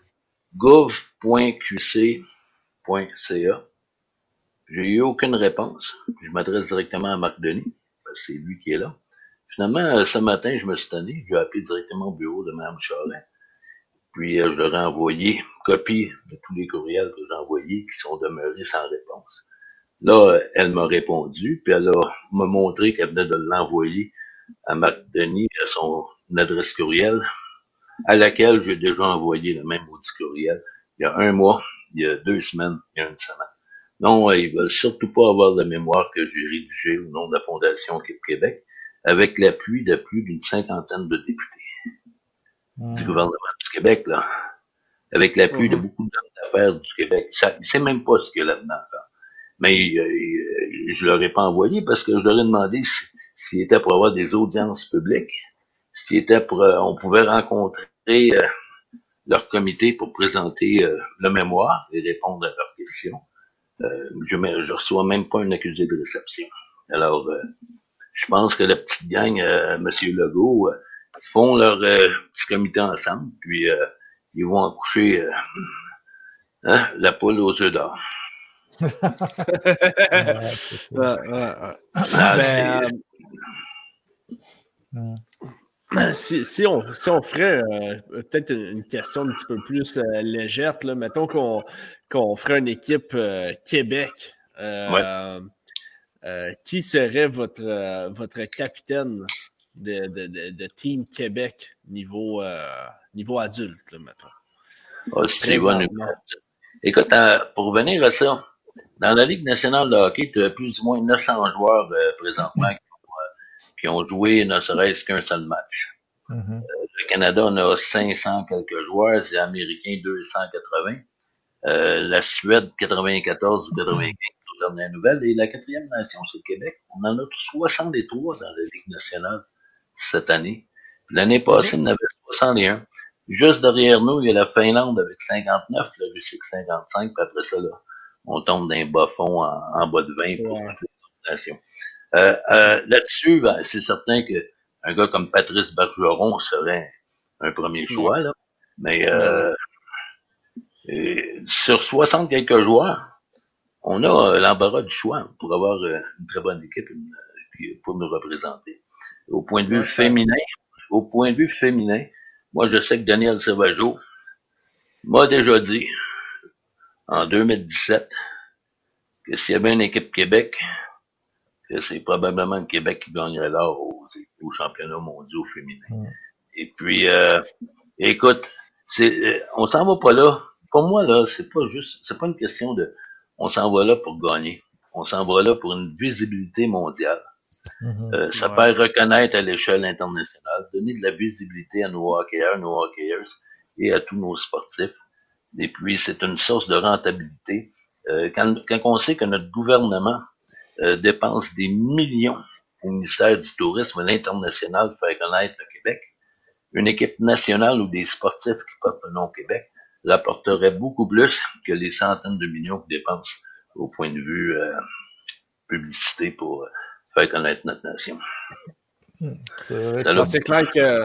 gov.qc.ca. J'ai eu aucune réponse. Je m'adresse directement à Marc Denis, parce que c'est lui qui est là. Finalement, ce matin, je me suis tanné, j'ai appelé directement au bureau de Mme Charlin. Puis, je leur ai envoyé copie de tous les courriels que j'ai envoyés qui sont demeurés sans réponse. Là, elle m'a répondu, puis elle m'a montré qu'elle venait de l'envoyer à Marc Denis à son adresse courriel, à laquelle j'ai déjà envoyé le même maudit courriel il y a un mois, il y a 2 semaines, il y a une semaine. Non, ils veulent surtout pas avoir la mémoire que j'ai rédigée au nom de la Fondation Québec, avec l'appui de plus d'une 50aine de députés du gouvernement du Québec, là, avec l'appui de beaucoup d'hommes d'affaires du Québec. Ça, il sait même pas ce qu'il y a là-dedans encore. Mais je leur ai pas envoyé parce que je leur ai demandé s'il était pour avoir des audiences publiques, s'il était pour, on pouvait rencontrer leur comité pour présenter le mémoire et répondre à leurs questions. Je reçois même pas un accusé de réception. Alors, je pense que la petite gang, M. Legault, font leur petit comité ensemble, puis ils vont accoucher la poule aux œufs d'or. Si on ferait peut-être une question un petit peu plus légère, là, mettons qu'on ferait une équipe Québec, qui serait votre capitaine de Team Québec niveau adulte, là, mettons? Écoute, pour revenir à ça, dans la Ligue nationale de hockey, tu as plus ou moins 900 joueurs présentement qui ont joué ne serait-ce qu'un seul match. Le Canada, on a 500 quelques joueurs, les Américains 280, la Suède 94 ou 95 aux dernières nouvelles, et la quatrième nation, c'est le Québec. On en a 63 dans la Ligue nationale cette année. L'année passée, on en avait 61. Juste derrière nous, il y a la Finlande avec 59, la Russie avec 55, puis après ça, là, on tombe d'un bas fond en bas de 20 pour toutes les autres nations. Là-dessus, ben, c'est certain que un gars comme Patrice Bergeron serait un premier choix, là. Mais sur 60 quelques joueurs, on a l'embarras du choix pour avoir une très bonne équipe pour nous représenter. Au point de vue féminin, moi je sais que Daniel Sauvageau m'a déjà dit en 2017 que s'il y avait une équipe Québec, que c'est probablement le Québec qui gagnerait l'or aux championnats mondiaux féminins. Et puis, écoute, on s'en va pas là. Pour moi, là, c'est pas une question de, on s'en va là pour gagner. On s'en va là pour une visibilité mondiale. Ça peut reconnaître à l'échelle internationale, donner de la visibilité à nos hockeyeurs, nos hockeyeuses et à tous nos sportifs. Et puis, c'est une source de rentabilité. Quand on sait que notre gouvernement dépense des millions au ministère du Tourisme à l'international pour faire connaître le Québec, une équipe nationale ou des sportifs qui portent le nom Québec rapporterait beaucoup plus que les centaines de millions qu'ils dépensent au point de vue publicité pour faire connaître notre nation. C'est clair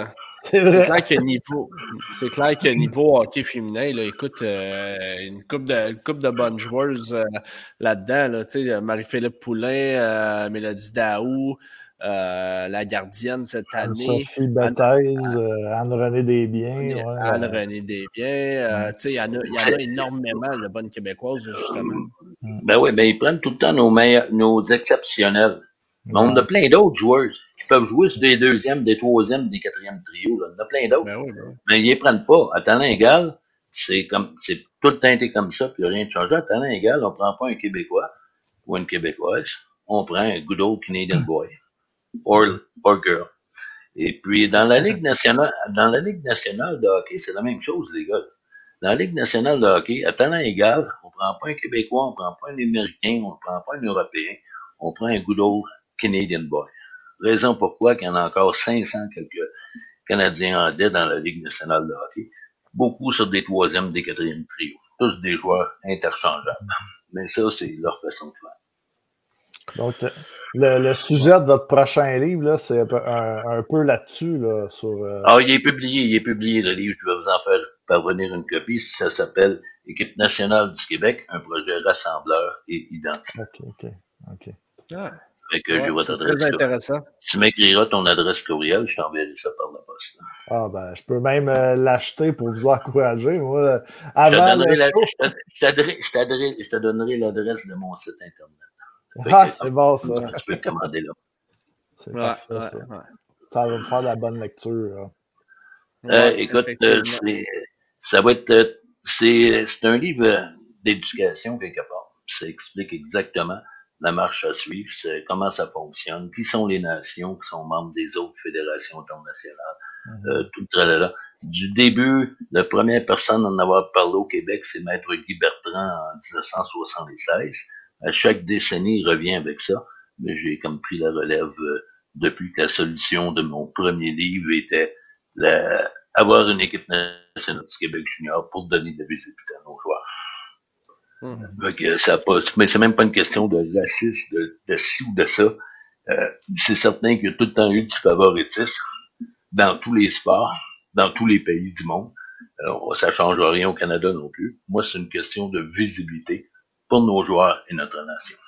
que niveau hockey féminin, là, écoute, une couple de bonnes joueuses là-dedans, là, tu sais, Marie-Philippe Poulin, Mélodie Daou, la gardienne cette année. Sophie Bataise, Anne-Renée Desbiens. Anne-Renée Desbiens. Tu sais, il y en a énormément de bonnes Québécoises, justement. Ben oui, ben ils prennent tout le temps nos exceptionnels. Mais on a plein d'autres joueurs qui peuvent jouer sur des deuxièmes, des troisièmes, des quatrièmes trios. Là. On a plein d'autres. Mais ils les prennent pas. À talent égal, c'est tout le temps été comme ça, puis rien de changé. À talent égal, on prend pas un Québécois ou une Québécoise, on prend un good old Canadian boy or girl. Et puis, dans la Ligue nationale de hockey, c'est la même chose, les gars. Dans la Ligue nationale de hockey, à talent égal, on prend pas un Québécois, on prend pas un Américain, on prend pas un Européen, on prend un good old Canadian boy. Raison pourquoi qu'il y en a encore 500 quelques Canadiens en dette dans la Ligue nationale de hockey. Beaucoup sur des troisièmes, des quatrièmes trios. Tous des joueurs interchangeables. Mais ça, c'est leur façon de faire. Donc, le sujet de votre prochain livre, là, c'est un peu là-dessus, là, sur... il est publié, le livre. Je vais vous en faire parvenir une copie. Ça s'appelle Équipe nationale du Québec, un projet rassembleur et identitaire. OK. Ah. Fait que j'ai votre adresse. Très intéressant. Tu m'écriras ton adresse courriel, je t'enverrai ça par la poste. Ah ben, je peux même l'acheter pour vous encourager. Moi, je te donnerai l'adresse de mon site internet. C'est bon ça. Tu peux le commander là. C'est parfait, ça. Ça va me faire de la bonne lecture. Écoute, ça va être, c'est un livre d'éducation quelque part. Ça explique exactement la marche à suivre, c'est comment ça fonctionne, qui sont les nations qui sont membres des autres fédérations internationales, tout le tralala. Du début, la première personne à en avoir parlé au Québec, c'est Maître Guy Bertrand en 1976. À chaque décennie, il revient avec ça, mais j'ai comme pris la relève depuis que la solution de mon premier livre était avoir une équipe nationale du Québec junior pour donner de la visibilité à nos joueurs. Mais c'est même pas une question de racisme, de ci ou de ça. C'est certain qu'il y a tout le temps eu du favoritisme dans tous les sports, dans tous les pays du monde. Ça change rien au Canada non plus. Moi, c'est une question de visibilité pour nos joueurs et notre nation.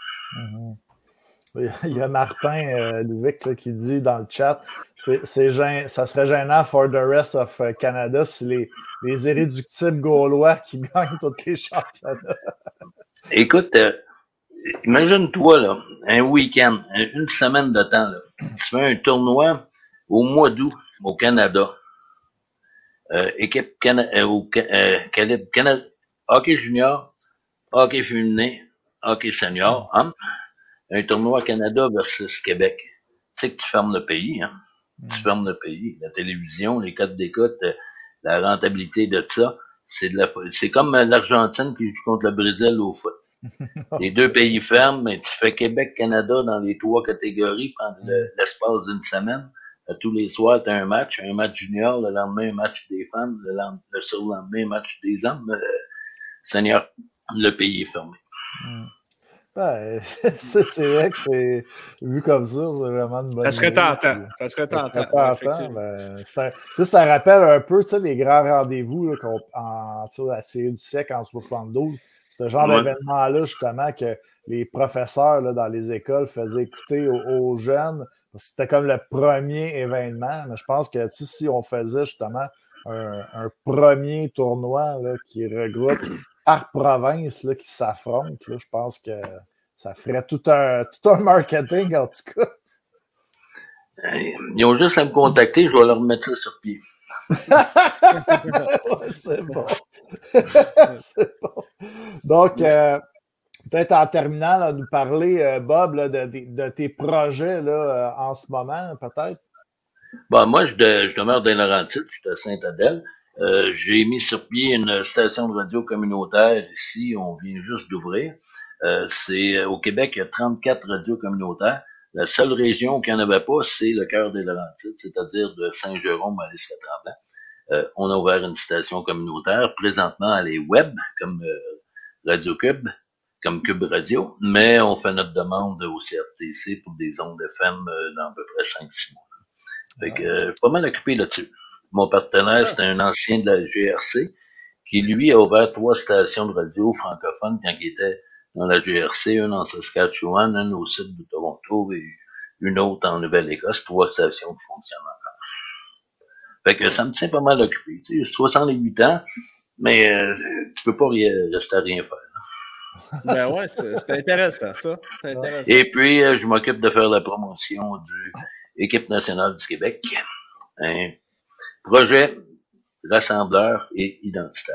Il y a Martin Louvic là, qui dit dans le chat ça serait gênant for the rest of Canada si les irréductibles Gaulois qui gagnent tous les championnats. Écoute, imagine-toi là, un week-end, une semaine de temps, là, tu fais un tournoi au mois d'août au Canada. Équipe calibre Canada, hockey junior, hockey féminin, hockey senior, hein? Un tournoi Canada versus Québec. Tu sais que tu fermes le pays, hein? Tu fermes le pays. La télévision, les codes d'écoute, la rentabilité de ça, c'est comme l'Argentine qui joue contre le Brésil au foot. Les deux pays ferment, mais tu fais Québec-Canada dans les trois catégories pendant l'espace d'une semaine. Tous les soirs, tu as un match junior, le lendemain, un match des femmes, le surlendemain, un match des hommes. Seigneur, le pays est fermé. Ouais, c'est vrai que c'est vu comme ça, c'est vraiment une bonne idée. Ça serait tentant. Ça rappelle un peu les grands rendez-vous là, en la série du siècle en 72. Ce genre d'événement-là, justement, que les professeurs là, dans les écoles faisaient écouter aux jeunes. C'était comme le premier événement. Mais je pense que si on faisait justement un premier tournoi là, qui regroupe par province là, qui s'affrontent, là, je pense que ça ferait tout un marketing, en tout cas. Ils ont juste à me contacter, je vais leur mettre ça sur pied. C'est bon. C'est bon. Donc, peut-être en terminant, là, nous parler, Bob, là, de tes projets là, en ce moment, peut-être. Bon, moi, je demeure dans Laurentides, je suis à Sainte-Adèle. J'ai mis sur pied une station de radio communautaire ici, on vient juste d'ouvrir. C'est au Québec, il y a 34 radios communautaires. La seule région qui n'en avait pas, c'est le cœur des Laurentides, c'est-à-dire de Saint-Jérôme à l'Isle-Tremblant. On a ouvert une station communautaire. Présentement, elle est web, comme Radio Cube, comme Cube Radio, mais on fait notre demande au CRTC pour des ondes FM dans à peu près 5-6 mois. Fait que pas mal occupé là-dessus. Mon partenaire, c'est un ancien de la GRC qui, lui, a ouvert 3 stations de radio francophones quand il était dans la GRC, une en Saskatchewan, une au sud de Toronto et une autre en Nouvelle-Écosse, 3 stations qui fonctionnent encore. Fait que ça me tient pas mal occupé. Tu sais, j'ai 68 ans, mais tu peux pas rester à rien faire. Ben ouais, c'est intéressant, ça. C'est intéressant. Et puis, je m'occupe de faire la promotion du Équipe nationale du Québec. Un projet rassembleur et identitaire.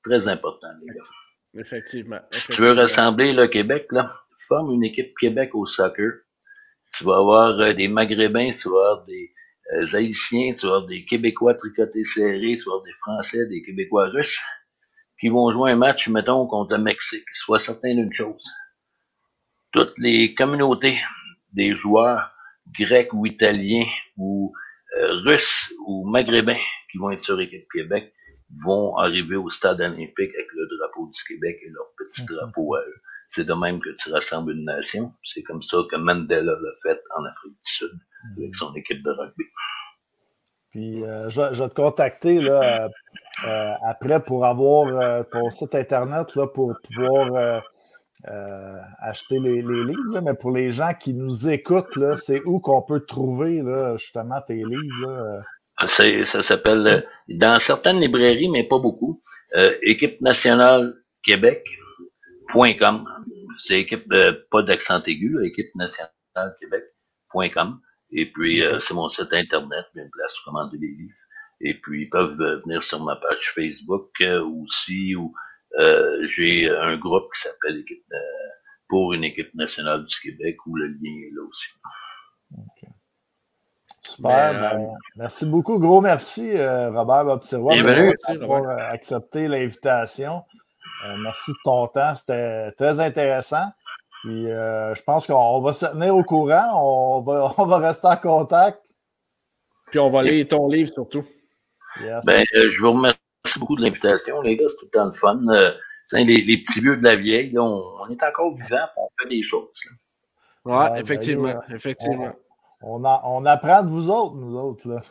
très important, les gars. Effectivement. Si tu veux rassembler le Québec, là, forme une équipe Québec au soccer. Tu vas avoir des Maghrébins, tu vas avoir des Haïtiens, tu vas avoir des Québécois tricotés serrés, tu vas avoir des Français, des Québécois russes, qui vont jouer un match, mettons, contre le Mexique. Sois certain d'une chose. Toutes les communautés des joueurs grecs ou italiens ou russes ou maghrébins qui vont être sur l'équipe Québec vont arriver au stade olympique avec le drapeau du Québec et leur petit drapeau à eux. C'est de même que tu rassembles une nation. C'est comme ça que Mandela l'a fait en Afrique du Sud avec son équipe de rugby. Puis je vais te contacter là, après pour avoir ton site internet là, pour pouvoir acheter les livres, là, mais pour les gens qui nous écoutent, là, c'est où qu'on peut trouver là, justement tes livres? Là? Ça s'appelle, dans certaines librairies, mais pas beaucoup, Équipe nationale Québec.com. C'est équipe, pas d'accent aigu, Équipe nationale Québec.com. Et puis, c'est mon site internet, une place pour commander des livres. Et puis, ils peuvent venir sur ma page Facebook aussi, où j'ai un groupe qui s'appelle pour une équipe nationale du Québec, où le lien est là aussi. Okay. Super. Merci beaucoup. Gros merci, Robert Bob-Sirois, d'avoir accepté l'invitation. Merci de ton temps. C'était très intéressant. Puis, je pense qu'on va se tenir au courant. On va rester en contact. Puis, on va lire ton livre surtout. Yes. Je vous remercie beaucoup de l'invitation, les gars. C'est tout le temps le fun. Les petits vieux de la vieille, là, on est encore vivants, on fait des choses. Oui, effectivement. Effectivement. On apprend de vous autres, nous autres. Là.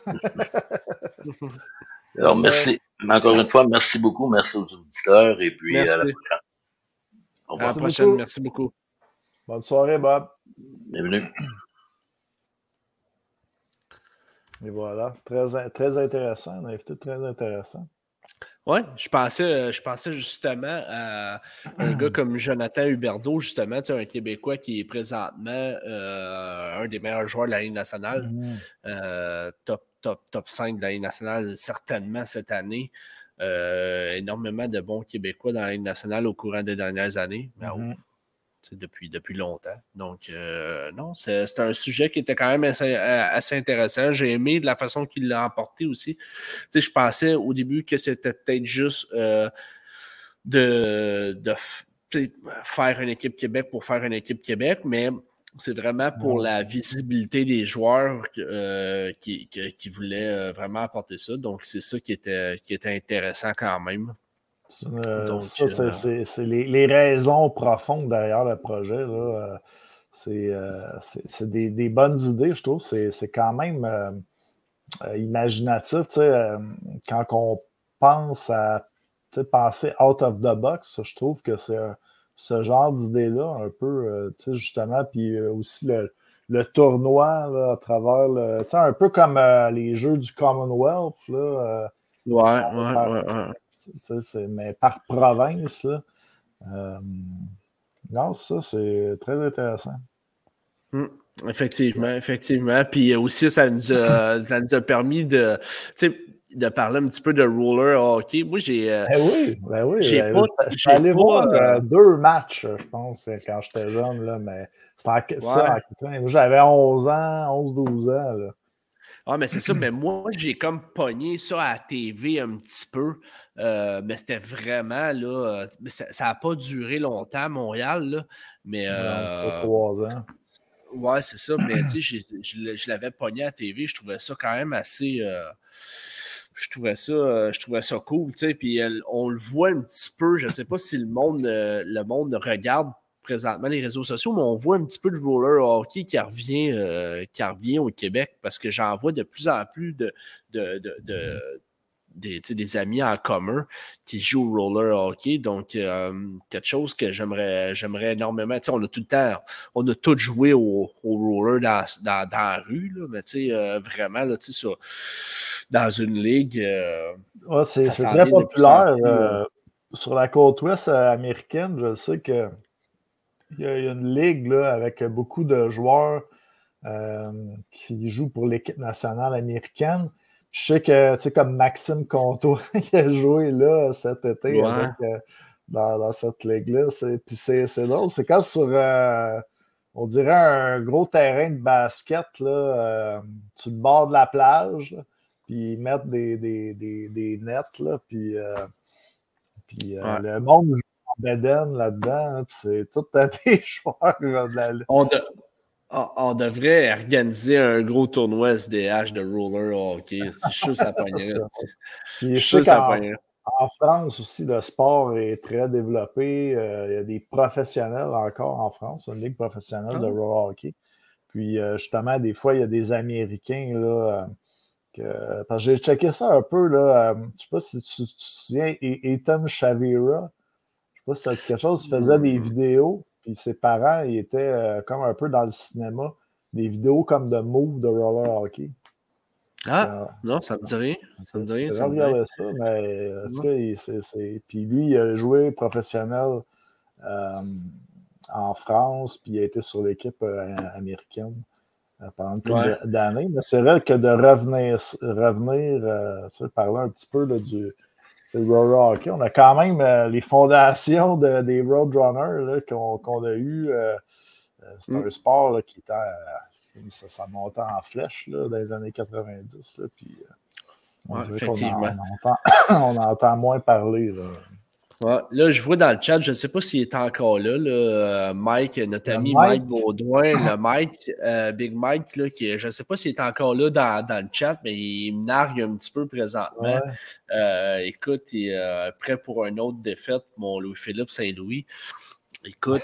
Alors, merci. Encore une fois, merci beaucoup. Merci aux auditeurs. Et puis, merci. À la prochaine. Au revoir. À la prochaine. Beaucoup. Merci beaucoup. Bonne soirée, Bob. Bienvenue. Et voilà. Très intéressant. Un invité très intéressant. Oui, je pensais justement à un gars comme Jonathan Huberdeau, justement, un Québécois qui est présentement un des meilleurs joueurs de la Ligue nationale, top 5 de la Ligue nationale, certainement cette année. Énormément de bons Québécois dans la Ligue nationale au courant des dernières années. Depuis longtemps. Donc, non, c'est un sujet qui était quand même assez intéressant. J'ai aimé la façon qu'il l'a emporté aussi. Je pensais au début que c'était peut-être juste de faire une équipe Québec pour faire une équipe Québec, mais c'est vraiment pour la visibilité des joueurs qui voulaient vraiment apporter ça. Donc, c'est ça qui était intéressant quand même. Donc, ça, c'est les raisons profondes derrière le projet. Là. C'est des bonnes idées, je trouve. C'est quand même imaginatif. Quand on pense à penser out of the box, je trouve que c'est ce genre d'idée-là, un peu, justement, puis aussi le tournoi là, à travers un peu comme les jeux du Commonwealth. Là, mais par province, là. Non, ça, c'est très intéressant. Effectivement. Puis aussi, ça nous a permis de parler un petit peu de roller hockey. Moi, j'ai... oui. Je suis allé voir 2 matchs, je pense, quand j'étais jeune, là, mais c'était moi, j'avais 11 ans, 11-12 ans, là. Ah, mais c'est ça, mais moi, j'ai comme pogné ça à la TV un petit peu, mais c'était vraiment, là, ça n'a pas duré longtemps à Montréal, là, mais... 3 ans. Ouais, c'est ça, mais tu sais, je l'avais pogné à la TV, je trouvais ça quand même assez... je trouvais ça cool, tu sais, puis on le voit un petit peu, je ne sais pas si le monde regarde présentement les réseaux sociaux, mais on voit un petit peu de roller hockey qui revient au Québec parce que j'en vois de plus en plus des amis en commun qui jouent au roller hockey. Donc, quelque chose que j'aimerais énormément. On a tout le temps, on a tous joué au roller dans la rue, là, mais vraiment, là, dans une ligue. C'est très populaire. Sur la côte ouest américaine, je sais que il y a une ligue là, avec beaucoup de joueurs qui jouent pour l'équipe nationale américaine. Je sais que, tu sais, comme Maxime Comtois qui a joué là cet été avec, dans cette ligue-là. Puis c'est drôle. C'est comme sur, on dirait, un gros terrain de basket là, sur le bord de la plage. Là, puis ils mettent des nets. Là, puis le monde joue en bedaine là-dedans. Hein, puis c'est tout à des joueurs de la ligue. On devrait organiser un gros tournoi SDH de roller hockey. Je suis sûr que ça pognerait. Je sais qu'en France aussi, le sport est très développé. Il y a des professionnels encore en France, une ligue professionnelle de roller hockey. Puis justement, des fois, il y a des Américains là, parce que j'ai checké ça un peu. Là, je ne sais pas si tu te souviens, Ethan Chavira. Je ne sais pas si ça dit quelque chose. Il faisait des vidéos. Puis ses parents, ils étaient comme un peu dans le cinéma. Des vidéos comme de moves de roller hockey. Non, ça me dit rien. Ça me dit rien. Ça regardé ça, mais en tout cas, puis lui, il a joué professionnel en France, puis il a été sur l'équipe américaine pendant une couple d'années. Mais c'est vrai que de revenir parler un petit peu là, du roller hockey, on a quand même les fondations des Roadrunners là, qu'on a eu. C'est un sport là, qui était ça montait en flèche là, dans les années 90. Là, puis, on dirait qu'on entend moins parler. Là. Ouais, là, je vois dans le chat, je ne sais pas s'il est encore là, Mike, notre ami Mike Baudouin, le Mike, Big Mike, là, je ne sais pas s'il est encore là dans le chat, mais il me nargue un petit peu présentement. Ouais. Écoute, il est prêt pour une autre défaite, mon Louis-Philippe Saint-Louis. Écoute,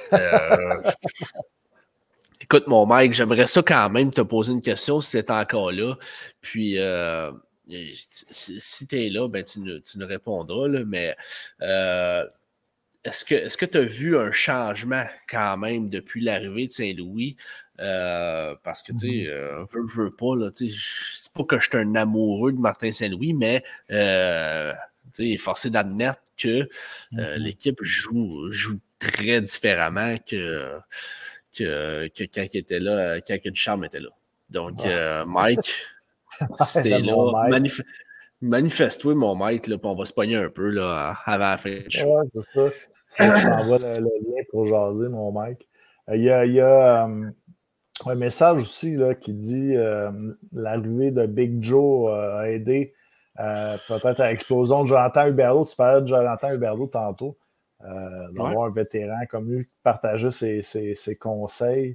écoute, mon Mike, j'aimerais ça quand même te poser une question si c'est encore là. Puis, si tu es là, ben, tu nous répondras. Là, mais est-ce que tu as vu un changement quand même depuis l'arrivée de Saint-Louis? Parce que, tu sais, veux pas, là, tu sais, c'est pas que je suis un amoureux de Martin Saint-Louis, mais tu sais, forcé d'admettre que l'équipe joue très différemment que quand il était là, quand Ducharme était là. Donc, Mike, si t'es là, manifeste-toi, mon Mike, là, puis on va se pogner un peu là, avant la fin du show. Ouais, c'est ça. Je t'envoie le lien pour jaser, mon Mike. Il y a un message aussi là, qui dit l'arrivée de Big Joe a aidé peut-être à l'explosion de Jonathan Huberdeau. Tu parlais de Jonathan Huberdeau tantôt. D'avoir un vétéran comme lui qui partageait ses conseils.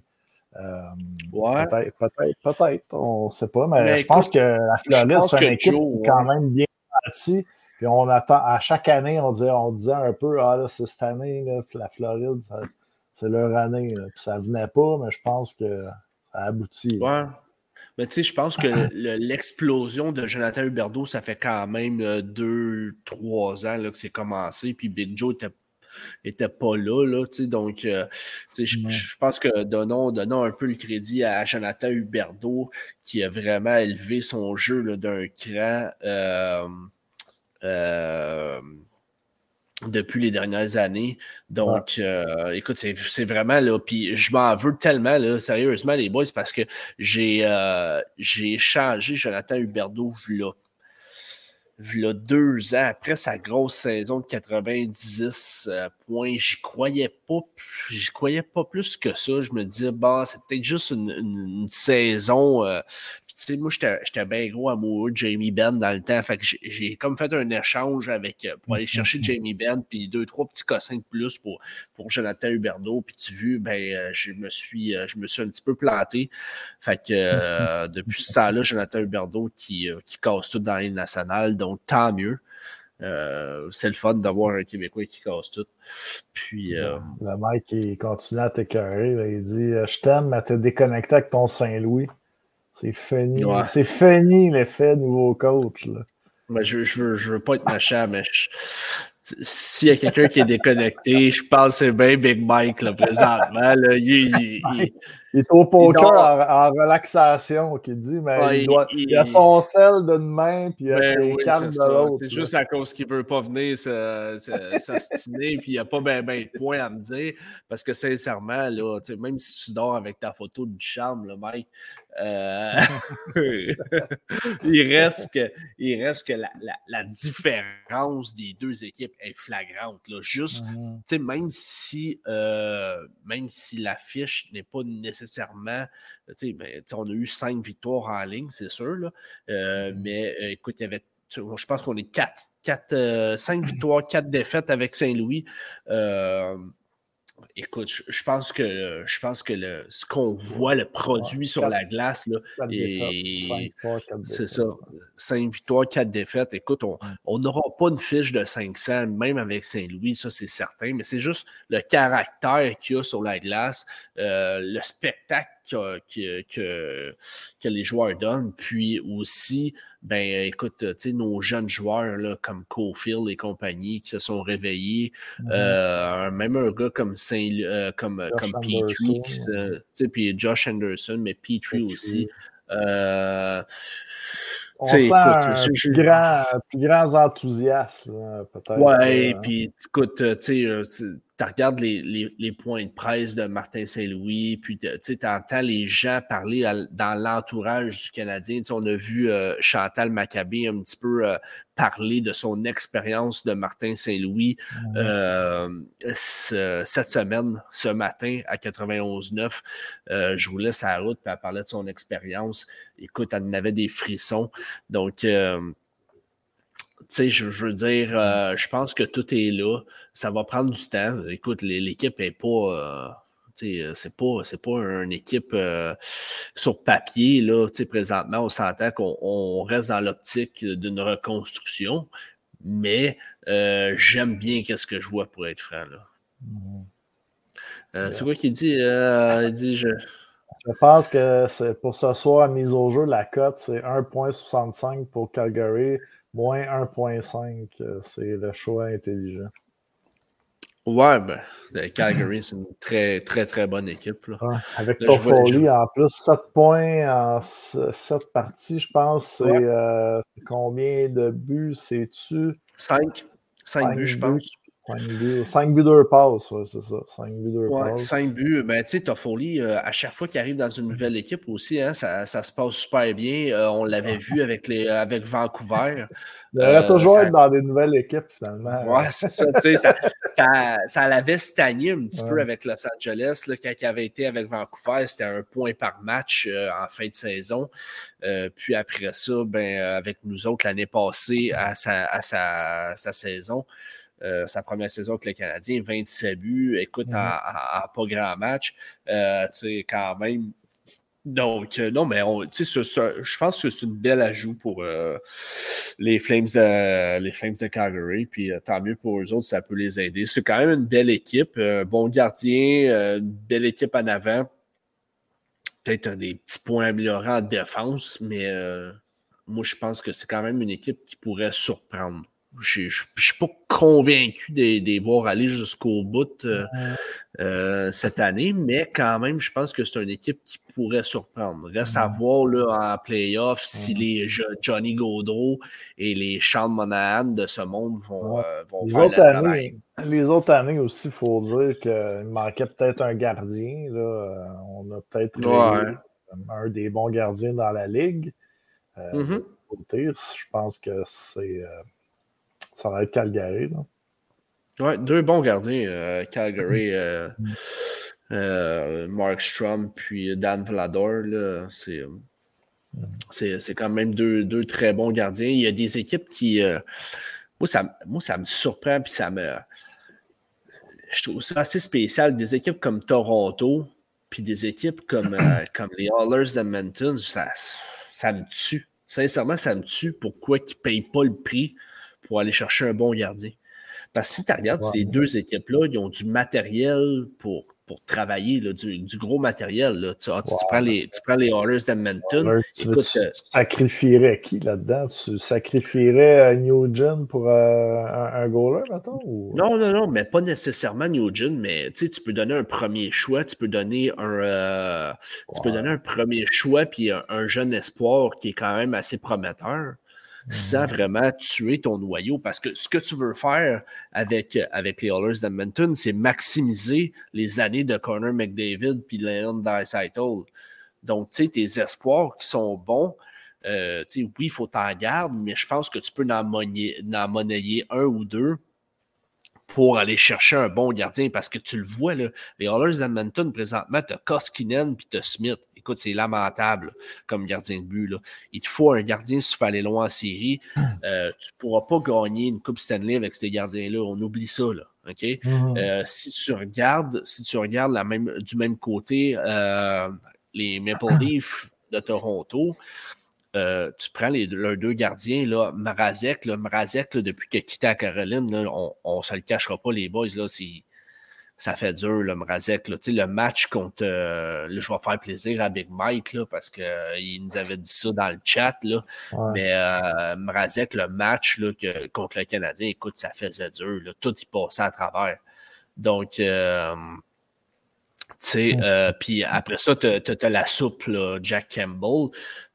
Peut-être, on ne sait pas, mais je pense que la Floride, c'est une équipe quand même bien bâtie. Puis on attend, à chaque année, on disait un peu, là, c'est cette année, là, la Floride, c'est leur année. Là. Puis ça ne venait pas, mais je pense que ça a abouti. Ouais. Mais tu sais, je pense que l'explosion de Jonathan Huberdeau, ça fait quand même 2-3 ans là, que c'est commencé. Puis Big Joe était pas là, tu sais, donc je pense que donnons un peu le crédit à Jonathan Huberdeau qui a vraiment élevé son jeu là, d'un cran depuis les dernières années. Donc, écoute, c'est vraiment là, puis je m'en veux tellement, là, sérieusement, les boys, parce que j'ai changé Jonathan Huberdeau v'là 2 ans, après sa grosse saison de 90 points, j'y croyais pas plus que ça. Je me disais, bon, c'est peut-être juste une saison. Puis tu sais, moi, j'étais bien gros amoureux de Jamie Benn dans le temps. Fait que j'ai comme fait un échange pour aller chercher Jamie Benn, puis 2-3 petits cossins de plus pour Jonathan Huberdeau. Puis tu vois, ben, je me suis un petit peu planté. Fait que depuis ce temps-là, Jonathan Huberdeau qui casse tout dans les nationales. Donc, tant mieux. C'est le fun d'avoir un Québécois qui casse tout. Puis, le mec, il continue à t'écœurer. Là, il dit je t'aime, mais t'es déconnecté avec ton Saint-Louis. C'est funny. Ouais. C'est funny l'effet nouveau coach. Là. Ben, je veux pas être méchant, mais s'il y a quelqu'un qui est déconnecté, je pense que c'est bien Big Mike là, présentement. Là, il est au poker en relaxation, qui dit, mais il a son sel d'une main, puis il a ses cartes de l'autre. C'est juste à cause qu'il veut pas venir s'astiner, puis il n'y a pas ben de points à me dire, parce que sincèrement, là, même si tu dors avec ta photo du charme, là, Mike, il reste que la différence des deux équipes est flagrante. Là. Juste, même si l'affiche n'est pas nécessairement. On a eu 5 victoires en ligne, c'est sûr. Là. Mais écoute, il y avait. Je pense qu'on est 5 victoires, 4 défaites avec Saint-Louis. Écoute, je pense que ce qu'on voit, le produit sur la glace, là, c'est ça. 5 victoires, 4 défaites. Écoute, on n'aura pas une fiche de 500, même avec Saint-Louis, ça c'est certain, mais c'est juste le caractère qu'il y a sur la glace, le spectacle que les joueurs donnent, puis aussi, écoute, nos jeunes joueurs là, comme Cofield et compagnie qui se sont réveillés, même un gars comme comme Petrie, puis Josh Anderson, mais Petrie aussi. On sent plus grands enthousiastes, peut-être. Ouais, puis écoute, tu regardes les points de presse de Martin Saint-Louis, puis tu entends les gens parler dans l'entourage du Canadien. On a vu Chantal Maccabé un petit peu parler de son expérience de Martin Saint-Louis cette semaine, ce matin, à 91.9. Je roulais sa route, puis elle parlait de son expérience. Écoute, elle en avait des frissons. Donc, je veux dire, je pense que tout est là. Ça va prendre du temps. Écoute, l'équipe n'est pas... c'est pas une équipe sur papier. Là, présentement, on s'entend qu'on reste dans l'optique d'une reconstruction. Mais j'aime bien ce que je vois, pour être franc. Là. C'est quoi qu'il dit? Il dit... Je pense que c'est pour ce soir, mise au jeu, la cote, c'est 1,65 pour Calgary, moins 1,5. C'est le choix intelligent. Ouais, Calgary, c'est une très, très, très bonne équipe. Là. Ouais, avec Toffoli, en plus, 7 points en 7 parties, je pense. C'est combien de buts? C'est-tu? 5 buts, je pense. 5 buts, 2 passes, ouais, c'est ça. 5 buts, 2 passes. 5 buts. Tu sais, Toffoli, à chaque fois qu'il arrive dans une nouvelle équipe aussi, hein, ça se passe super bien. On l'avait vu avec Vancouver. Il devrait toujours être dans des nouvelles équipes, finalement. Ouais, c'est ça. Tu sais, ça l'avait stagné un petit peu avec Los Angeles. Là, quand il avait été avec Vancouver, c'était 1 point par match en fin de saison. Puis après ça, avec nous autres, l'année passée, à sa saison, sa première saison avec le Canadien, 27 buts, écoute, en pas grand match, tu sais, quand même. Donc, non, mais je pense que c'est une belle ajout pour les Flames de Calgary, puis tant mieux pour eux autres, ça peut les aider. C'est quand même une belle équipe, un bon gardien, une belle équipe en avant. Peut-être des petits points améliorés en défense, mais moi, je pense que c'est quand même une équipe qui pourrait surprendre. Je ne suis pas convaincu de les voir aller jusqu'au bout cette année, mais quand même, je pense que c'est une équipe qui pourrait surprendre. Reste à voir là, en playoff si les Johnny Gaudreau et les Sean Monahan de ce monde vont faire le travail. Les autres années aussi, il faut dire qu'il manquait peut-être un gardien. Là. On a peut-être un des bons gardiens dans la ligue. Je pense que ça va être Calgary. Oui, 2 bons gardiens, Calgary, Markstrom, puis Dan Vlador. Là, c'est quand même deux très bons gardiens. Il y a des équipes qui... moi, ça me surprend, puis je trouve ça assez spécial. Des équipes comme Toronto, puis des équipes comme les Oilers d'Edmonton, ça me tue. Sincèrement, ça me tue. Pourquoi ils ne payent pas le prix pour aller chercher un bon gardien? Parce que si tu regardes ces deux équipes-là, ils ont du matériel pour travailler, là, du gros matériel. Là. Tu prends les Oilers d'Edmonton. Tu sacrifierais qui là-dedans? Tu sacrifierais Nugent pour un goaler, mettons? Ou... Non, mais pas nécessairement Nugent, mais tu peux donner un premier choix, tu peux donner un premier choix puis un jeune espoir qui est quand même assez prometteur. Sans vraiment tuer ton noyau. Parce que ce que tu veux faire avec les Oilers d'Edmonton, c'est maximiser les années de Connor McDavid puis Leon Draisaitl. Donc, tu sais, tes espoirs qui sont bons, oui, il faut t'en garder, mais je pense que tu peux en monnayer un ou deux pour aller chercher un bon gardien, parce que tu le vois, là, les Oilers d'Edmonton, présentement, tu as Koskinen puis tu as Smith. Écoute, c'est lamentable là, comme gardien de but. Là. Il te faut un gardien si tu veux aller loin en série. Tu ne pourras pas gagner une Coupe Stanley avec ces gardiens-là. On oublie ça. Là, okay? Si tu regardes du même côté les Maple Leafs de Toronto, tu prends leurs deux gardiens, là, Mrazek, là, depuis qu'il a quitté la Caroline, là, on ne se le cachera pas, les boys, là, ça fait dur, le Mrazek. Là. Le match contre... là, je vais faire plaisir à Big Mike, là, parce qu'il nous avait dit ça dans le chat. Là. Ouais. Mais Mrazek, le match là, contre le Canadien, écoute, ça faisait dur. Là. Tout y passait à travers. Donc... puis après ça, t'as la soupe, là, Jack Campbell.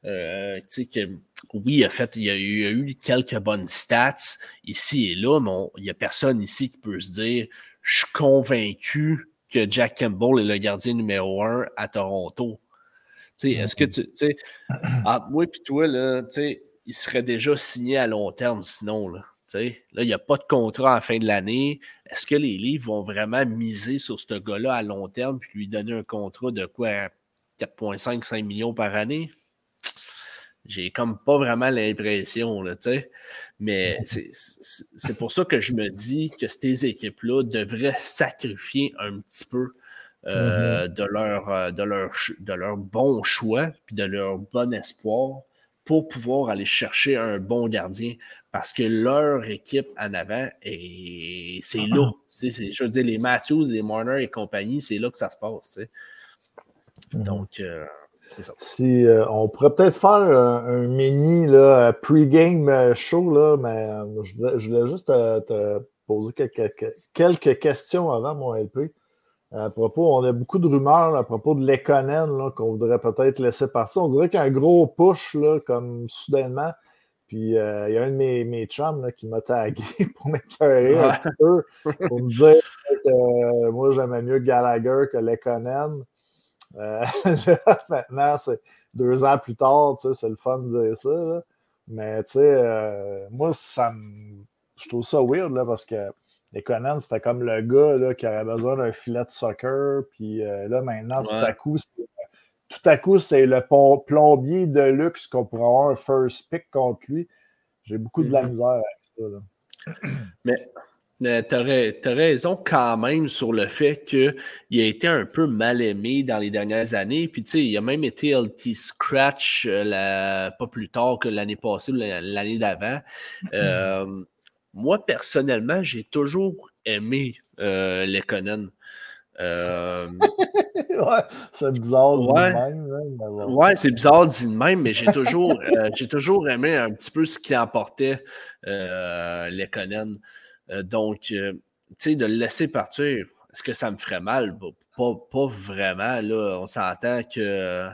Oui, il a eu quelques bonnes stats ici et là, mais il n'y a personne ici qui peut se dire « Je suis convaincu que Jack Campbell est le gardien numéro 1 à Toronto. » Est-ce que entre moi et toi, là, il serait déjà signé à long terme sinon, là. Là, il n'y a pas de contrat à la fin de l'année. Est-ce que les Leafs vont vraiment miser sur ce gars-là à long terme puis lui donner un contrat de quoi, 4,5-5 millions par année? J'ai comme pas vraiment l'impression, là, tu sais. Mais c'est pour ça que je me dis que ces équipes-là devraient sacrifier un petit peu de leur bon choix puis de leur bon espoir pour pouvoir aller chercher un bon gardien. Parce que leur équipe en avant, c'est là. Je veux dire, les Matthews, les Marner et compagnie, c'est là que ça se passe. T'sais. Donc, c'est ça. On pourrait peut-être faire un mini là, pre-game show, là, mais je voulais juste te poser quelques questions avant, mon LP. À propos, on a beaucoup de rumeurs là, à propos de Lekonen là, qu'on voudrait peut-être laisser partir. On dirait qu'un gros push, là, comme soudainement. Puis il y a un de mes chums là, qui m'a tagué pour m'écœurer un petit peu, pour me dire que moi, j'aimais mieux Gallagher que Lekonen. Là, maintenant, c'est 2 ans plus tard, c'est le fun de dire ça. Là. Mais moi, je trouve ça weird là, parce que Lekonen, c'était comme le gars là, qui avait besoin d'un filet de soccer. Puis là, maintenant, tout à coup, c'est le plombier de luxe qu'on pourrait avoir un first pick contre lui. J'ai beaucoup de la misère avec ça. Là. Mais tu as raison quand même sur le fait qu'il a été un peu mal aimé dans les dernières années. Puis, tu sais, il a même été LT Scratch pas plus tard que l'année passée ou l'année d'avant. Moi, personnellement, j'ai toujours aimé Lekonen. Ouais, c'est bizarre dit de même. Hein, ouais, c'est bizarre dit de même, mais j'ai toujours aimé un petit peu ce qu'il emportait Lekonen. Donc, tu sais, de le laisser partir, est-ce que ça me ferait mal? Pas vraiment, là. On s'entend que...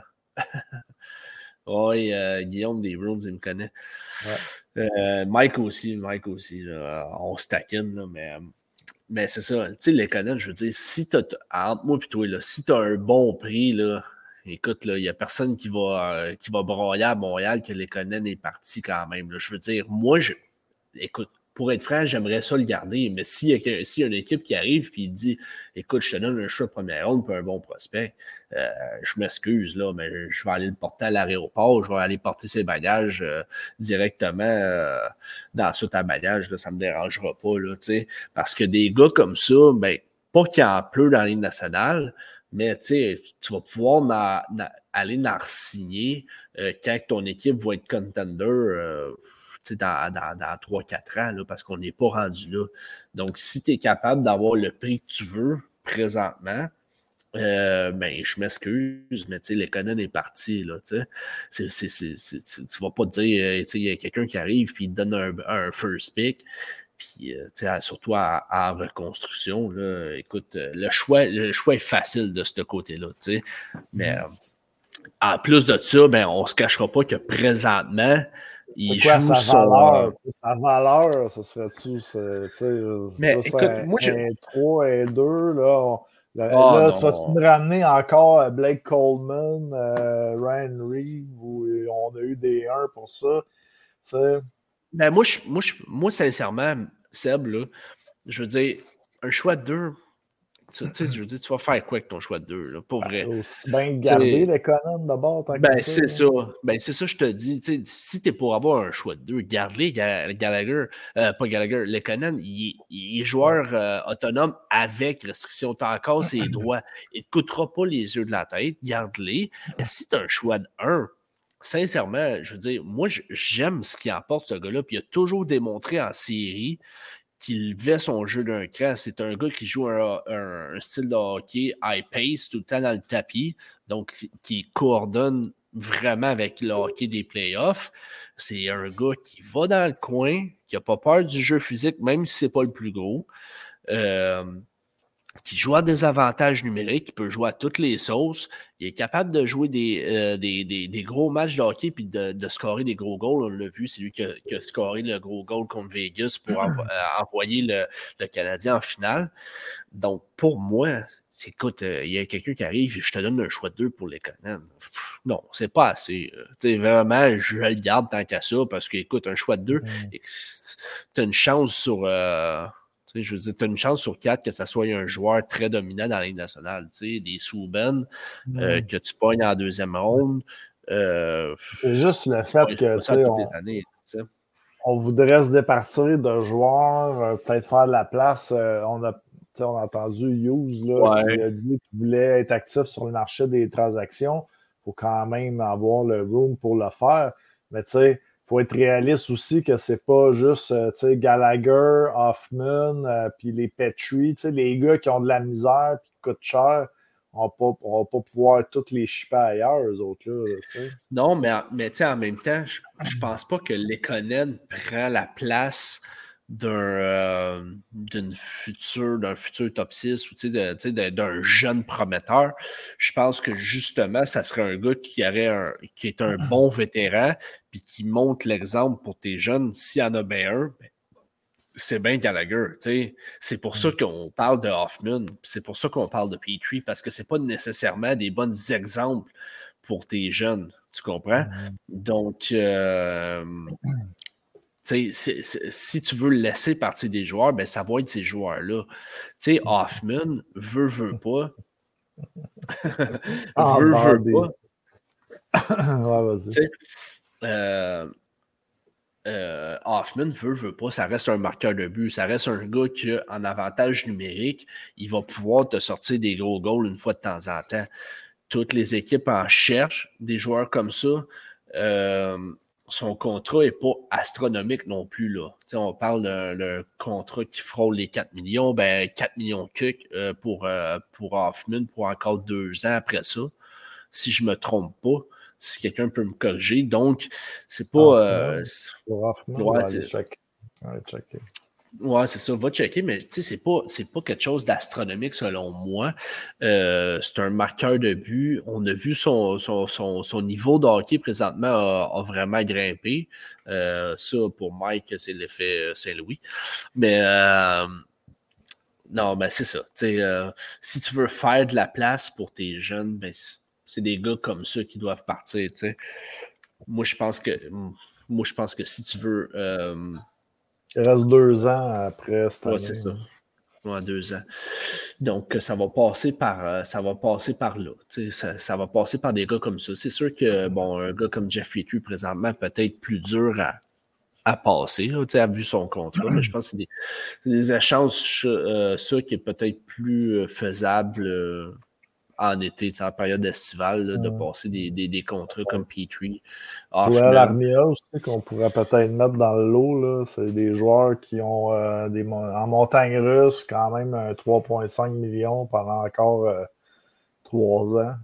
oui, Guillaume des Bruins, il me connaît. Ouais. Mike aussi, là, on se taquine, là, mais c'est ça. Tu sais, Lekonen, je veux dire, si entre moi et toi, là, si tu as un bon prix, là, écoute, il n'y a personne qui va broyer à Montréal que Lekonen est parti quand même. Là. Je veux dire, moi, écoute, pour être franc, j'aimerais ça le garder, mais s'il y a une équipe qui arrive et il dit « Écoute, je te donne un choix de première ronde pour un bon prospect, je m'excuse, là, mais je vais aller le porter à l'aéroport, je vais aller porter ses bagages directement dans la soute à bagages, là, ça ne me dérangera pas, là, tu sais, parce que des gars comme ça, ben, pas qu'il y en pleut dans la Ligue nationale, mais tu vas pouvoir aller en signer quand ton équipe va être contender dans 3-4 ans, là, parce qu'on n'est pas rendu là. Donc, si tu es capable d'avoir le prix que tu veux présentement, ben, je m'excuse, mais Lekonen est parti. Là, tu vas pas te dire, il y a quelqu'un qui arrive et il te donne un first pick. Puis, surtout en reconstruction, là, écoute, le choix est facile de ce côté-là. Mais en plus de ça, ben, on ne se cachera pas que présentement, il joue sa valeur, ça serait-tu? Mais écoute, moi, un 3 et 2, là, Là, tu vas-tu non. me ramener encore Blake Coleman, Ryan Reeve, où on a eu des 1 pour ça? Tu sais, Ben, moi, sincèrement, Seb, là, je veux dire, un choix de 2, tu sais, je veux dire, tu vas faire quoi avec ton choix de 2, là, pour vrai? aussi bien Tu garder sais, les Conan d'abord, tant qu'à ben, ça. c'est Là. ça. Ben, c'est ça, je te dis. Tu sais, si t'es pour avoir un choix de 2, garde-les, Gallagher. Pas Gallagher, Lekonen, il est Ouais. joueur autonome avec restriction. T'as encore ses droits. Il ne te coûtera pas les yeux de la tête. Garde-les. Et si t'as un choix de 1, sincèrement, je veux dire, moi, j'aime ce qu'il apporte, ce gars-là. Puis il a toujours démontré en série qu'il levait son jeu d'un cran. C'est un gars qui joue un style de hockey high pace tout le temps dans le tapis, donc qui coordonne vraiment avec le hockey des playoffs. C'est un gars qui va dans le coin, qui n'a pas peur du jeu physique, même si c'est pas le plus gros. Euh, qui joue à des avantages numériques, qui peut jouer à toutes les sauces. Il est capable de jouer des gros matchs de hockey puis de scorer des gros goals. On l'a vu, c'est lui qui a scoré le gros goal contre Vegas pour envoyer le Canadien en finale. Donc, pour moi, écoute, il y a quelqu'un qui arrive et je te donne un choix de 2 pour les Conan. Non, c'est pas assez. Tu sais, vraiment, je le garde tant qu'à ça parce que, écoute, un choix de 2, tu as une chance sur. Tu sais, je veux dire, tu as une chance sur 4 que ça soit un joueur très dominant dans la Ligue nationale. Tu sais, des Souben que tu pognes en deuxième ronde. C'est juste le Tu fait pognes que, pas ça toutes les années. Tu sais. on voudrait se départir de joueurs, peut-être faire de la place. On a entendu Hughes là, qui Ouais. a dit qu'il voulait être actif sur le marché des transactions. Il faut quand même avoir le room pour le faire. Mais tu sais, il faut être réaliste aussi que c'est pas juste Gallagher, Hoffman, puis les Petrie, les gars qui ont de la misère et qui coûtent cher. On va pas pouvoir toutes les shipper ailleurs, eux autres. Là, Non, mais en même temps, je pense pas que Lekonen prend la place d'un futur top 6 ou d'un jeune prometteur. Je pense que justement, ça serait un gars qui est un bon vétéran puis qui montre l'exemple pour tes jeunes. S'il y en a bien un, c'est bien Gallagher. T'sais. C'est pour ça qu'on parle de Hoffman, c'est pour ça qu'on parle de Petrie, parce que c'est pas nécessairement des bons exemples pour tes jeunes. Tu comprends? Donc, si tu veux laisser partir des joueurs, ben, ça va être ces joueurs-là. Tu sais, Hoffman veut pas. Veut des... pas. Ouais, vas-y. Tu sais, Hoffman veut pas, ça reste un marqueur de but, ça reste un gars qui, en avantage numérique, il va pouvoir te sortir des gros goals une fois de temps en temps. Toutes les équipes en cherchent des joueurs comme ça. Son contrat n'est pas astronomique non plus. Là. On parle d'un contrat qui frôle les 4 millions, ben 4 millions de pour Hoffman pour encore 2 ans après ça, si je ne me trompe pas. Si quelqu'un peut me corriger. Donc, c'est pas. Hoffman, Ouais, va aller checker. Ouais, c'est ça, va checker, mais c'est pas quelque chose d'astronomique selon moi. C'est un marqueur de but. On a vu son niveau de hockey présentement a vraiment grimpé. Ça, pour Mike, c'est l'effet Saint-Louis. Mais non, ben c'est ça. Si tu veux faire de la place pour tes jeunes, ben c'est des gars comme ça qui doivent partir. T'sais. Moi, je pense que si tu veux. Il reste 2 ans après cette année. C'est ça. Ouais, 2 ans. Donc, ça va passer par là. Ça va passer par des gars comme ça. C'est sûr que, bon, un gars comme Jeff Petrie, présentement, peut-être plus dur à passer, là, à vu son contrat, mais je pense que c'est des échanges, ça, qui est peut-être plus faisable en été, en période estivale, là, de passer des contrats comme Petrie. Joël Armia aussi, qu'on pourrait peut-être mettre dans le lot. Là. C'est des joueurs qui ont en montagne russe quand même 3,5 millions pendant encore 3 ans.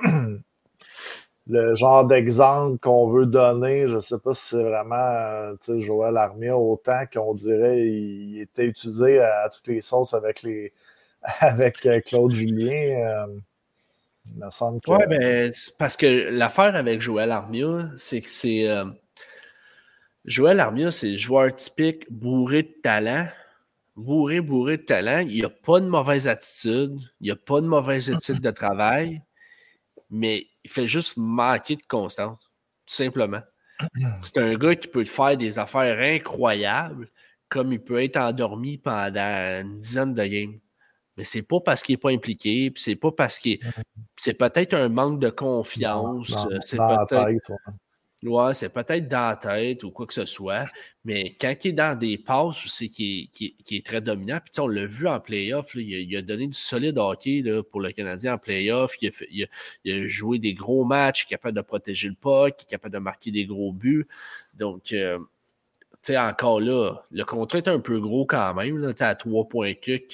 Le genre d'exemple qu'on veut donner, je ne sais pas si c'est vraiment Joël Armia, autant qu'on dirait qu'il était utilisé à toutes les sauces avec Claude Julien. Il me semble que... Ouais, ben, c'est parce que l'affaire avec Joël Armia, c'est que Joël Armia, c'est le joueur typique bourré de talent, bourré de talent. Il n'a pas de mauvaise attitude. Il n'a pas de mauvaise éthique de travail. Mais il fait juste manquer de constance. Tout simplement. C'est un gars qui peut te faire des affaires incroyables, comme il peut être endormi pendant une dizaine de games. Mais c'est pas parce qu'il n'est pas impliqué, puis c'est pas parce qu'il est... C'est peut-être un manque de confiance. C'est peut-être... Ouais, c'est peut-être dans la tête ou quoi que ce soit, mais quand il est dans des passes, c'est qu'il est très dominant. Puis on l'a vu en playoff, là, il a donné du solide hockey là, pour le Canadien en playoff. Il a joué des gros matchs, il est capable de protéger le puck, il est capable de marquer des gros buts. Donc, tu sais, encore là, le contrat est un peu gros quand même. Là, à 3 points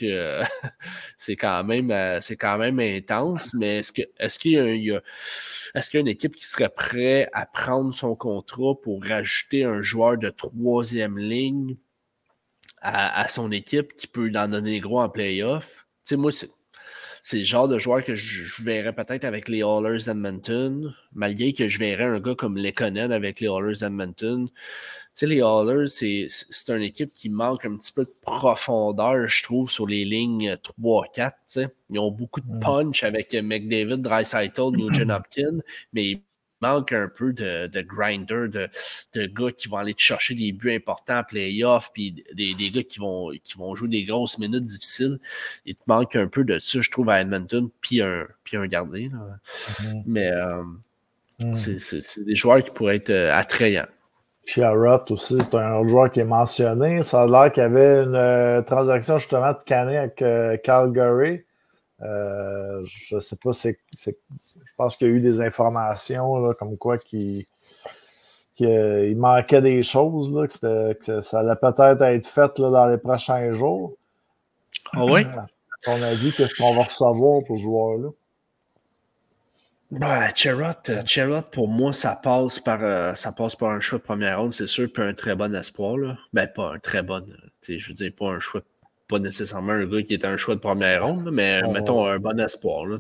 c'est quand même intense. Mais est-ce qu'il y a une équipe qui serait prête à prendre son contrat pour rajouter un joueur de 3e ligne à son équipe qui peut en donner gros en playoff? Tu sais, moi, c'est le genre de joueur que je verrais peut-être avec les Oilers d'Edmonton, malgré que je verrais un gars comme Lekonen avec les Oilers d'Edmonton. Tu sais, les Oilers, c'est une équipe qui manque un petit peu de profondeur, je trouve, sur les lignes 3-4. Tu sais. Ils ont beaucoup de punch avec McDavid, Draisaitl, Nugent Hopkins, mais il manque un peu de grinder, de gars qui vont aller te chercher des buts importants en play-off, puis des gars qui vont jouer des grosses minutes difficiles. Il te manque un peu de ça, je trouve, à Edmonton, puis un gardien. Là. Mais c'est des joueurs qui pourraient être attrayants. Chiarot aussi, c'est un autre joueur qui est mentionné. Ça a l'air qu'il y avait une transaction justement de Canet avec Calgary. Je ne sais pas, je pense qu'il y a eu des informations là, comme quoi qu'il manquait des choses, là, que ça allait peut-être être fait là, dans les prochains jours. Ah oui? À ton avis, qu'est-ce qu'on va recevoir pour ce joueur-là? Ben, Chariot, pour moi, ça passe par un choix de première ronde, c'est sûr, puis un très bon espoir. Là. Ben, pas un très bon. Je veux dire, pas un choix, pas nécessairement un gars qui est un choix de première ronde, là, mais mettons un bon espoir. Là,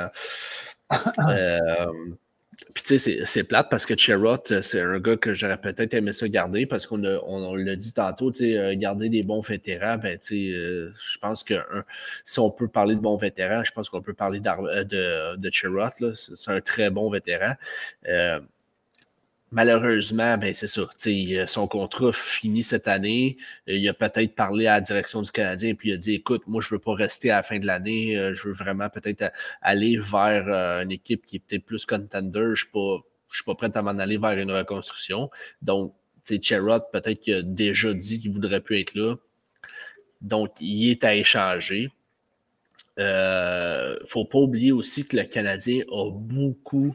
puis tu sais, c'est plate parce que Chariot, c'est un gars que j'aurais peut-être aimé ça garder parce qu'on l'a dit tantôt, garder des bons vétérans, ben je pense que si on peut parler de bons vétérans, je pense qu'on peut parler de Chariot, là. C'est un très bon vétéran. Malheureusement, ben c'est ça. Son contrat finit cette année. Il a peut-être parlé à la direction du Canadien puis il a dit écoute, moi, je veux pas rester à la fin de l'année. Je veux vraiment peut-être aller vers une équipe qui est peut-être plus contender. Je suis pas prêt à m'en aller vers une reconstruction. Donc, Chariot, peut-être qu'il a déjà dit qu'il voudrait plus être là. Donc, il est à échanger. Faut pas oublier aussi que le Canadien a beaucoup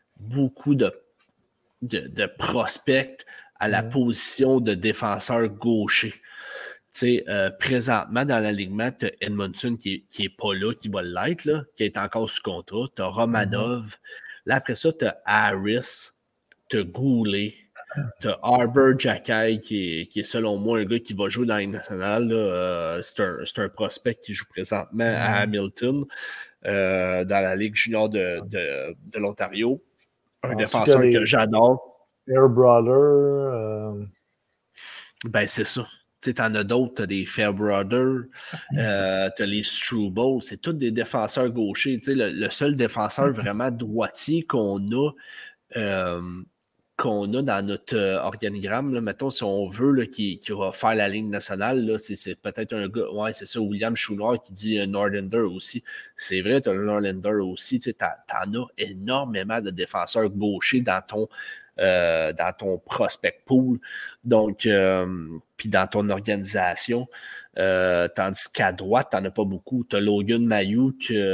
de prospects à la position de défenseur gaucher. Présentement, dans l'alignement, tu as Edmondson qui est pas là, qui va l'être, là, qui est encore sous contrat. Tu as Romanov. Là, après ça, tu as Harris, tu as Goulet, tu as Arbor Jackay, qui est selon moi un gars qui va jouer dans la Ligue nationale. C'est un prospect qui joue présentement à Hamilton, dans la Ligue junior de l'Ontario. Un défenseur que j'adore. Air Brother. Ben, c'est ça. Tu sais, t'en as d'autres, t'as des Fairbrother, t'as les Struble, c'est tous des défenseurs gauchers. Tu sais, le seul défenseur vraiment droitier qu'on a dans notre organigramme, là, mettons, si on veut, là, qui va faire la ligne nationale, là, c'est peut-être un gars, ouais, c'est ça, William Chouinard qui dit Norlander aussi. C'est vrai, tu as le Norlander aussi, tu sais, t'en as énormément de défenseurs gauchers dans ton prospect pool, donc, puis dans ton organisation, tandis qu'à droite, t'en as pas beaucoup. Tu as Logan Mayou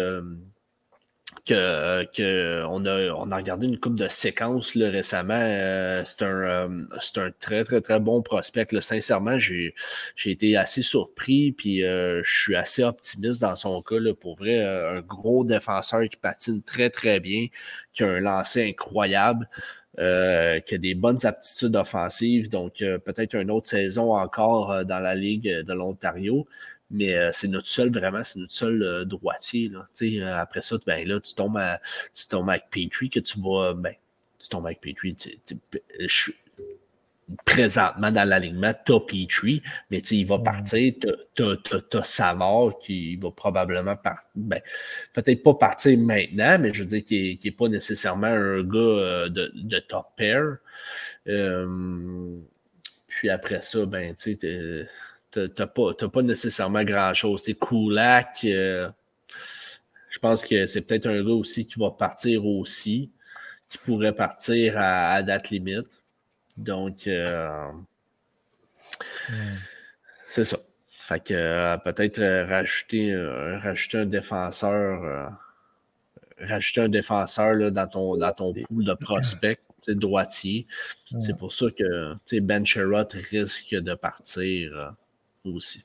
on a regardé une couple de séquences là, récemment. C'est un très, très, très bon prospect. Là. Sincèrement, j'ai été assez surpris, puis je suis assez optimiste dans son cas. Là, pour vrai, un gros défenseur qui patine très, très bien, qui a un lancer incroyable. Qui a des bonnes aptitudes offensives, donc peut-être une autre saison encore dans la Ligue de l'Ontario. Mais c'est notre seul droitier. Là. Après ça, ben, là, tu tombes avec Petrie que tu vas. Ben, tu tombes avec Petrie. présentement dans l'alignement, t'as Petrie, mais il va partir, t'as Savard qui va probablement peut-être pas partir maintenant, mais je veux dire qui est pas nécessairement un gars de top pair. Puis après ça, tu sais, t'as pas nécessairement grand-chose. C'est Kulak, je pense que c'est peut-être un gars aussi qui va partir aussi, qui pourrait partir à date limite. Donc, c'est ça. Fait que peut-être rajouter un défenseur, là, dans ton pool de prospects, droitier. C'est pour ça que Ben Sherratt risque de partir aussi.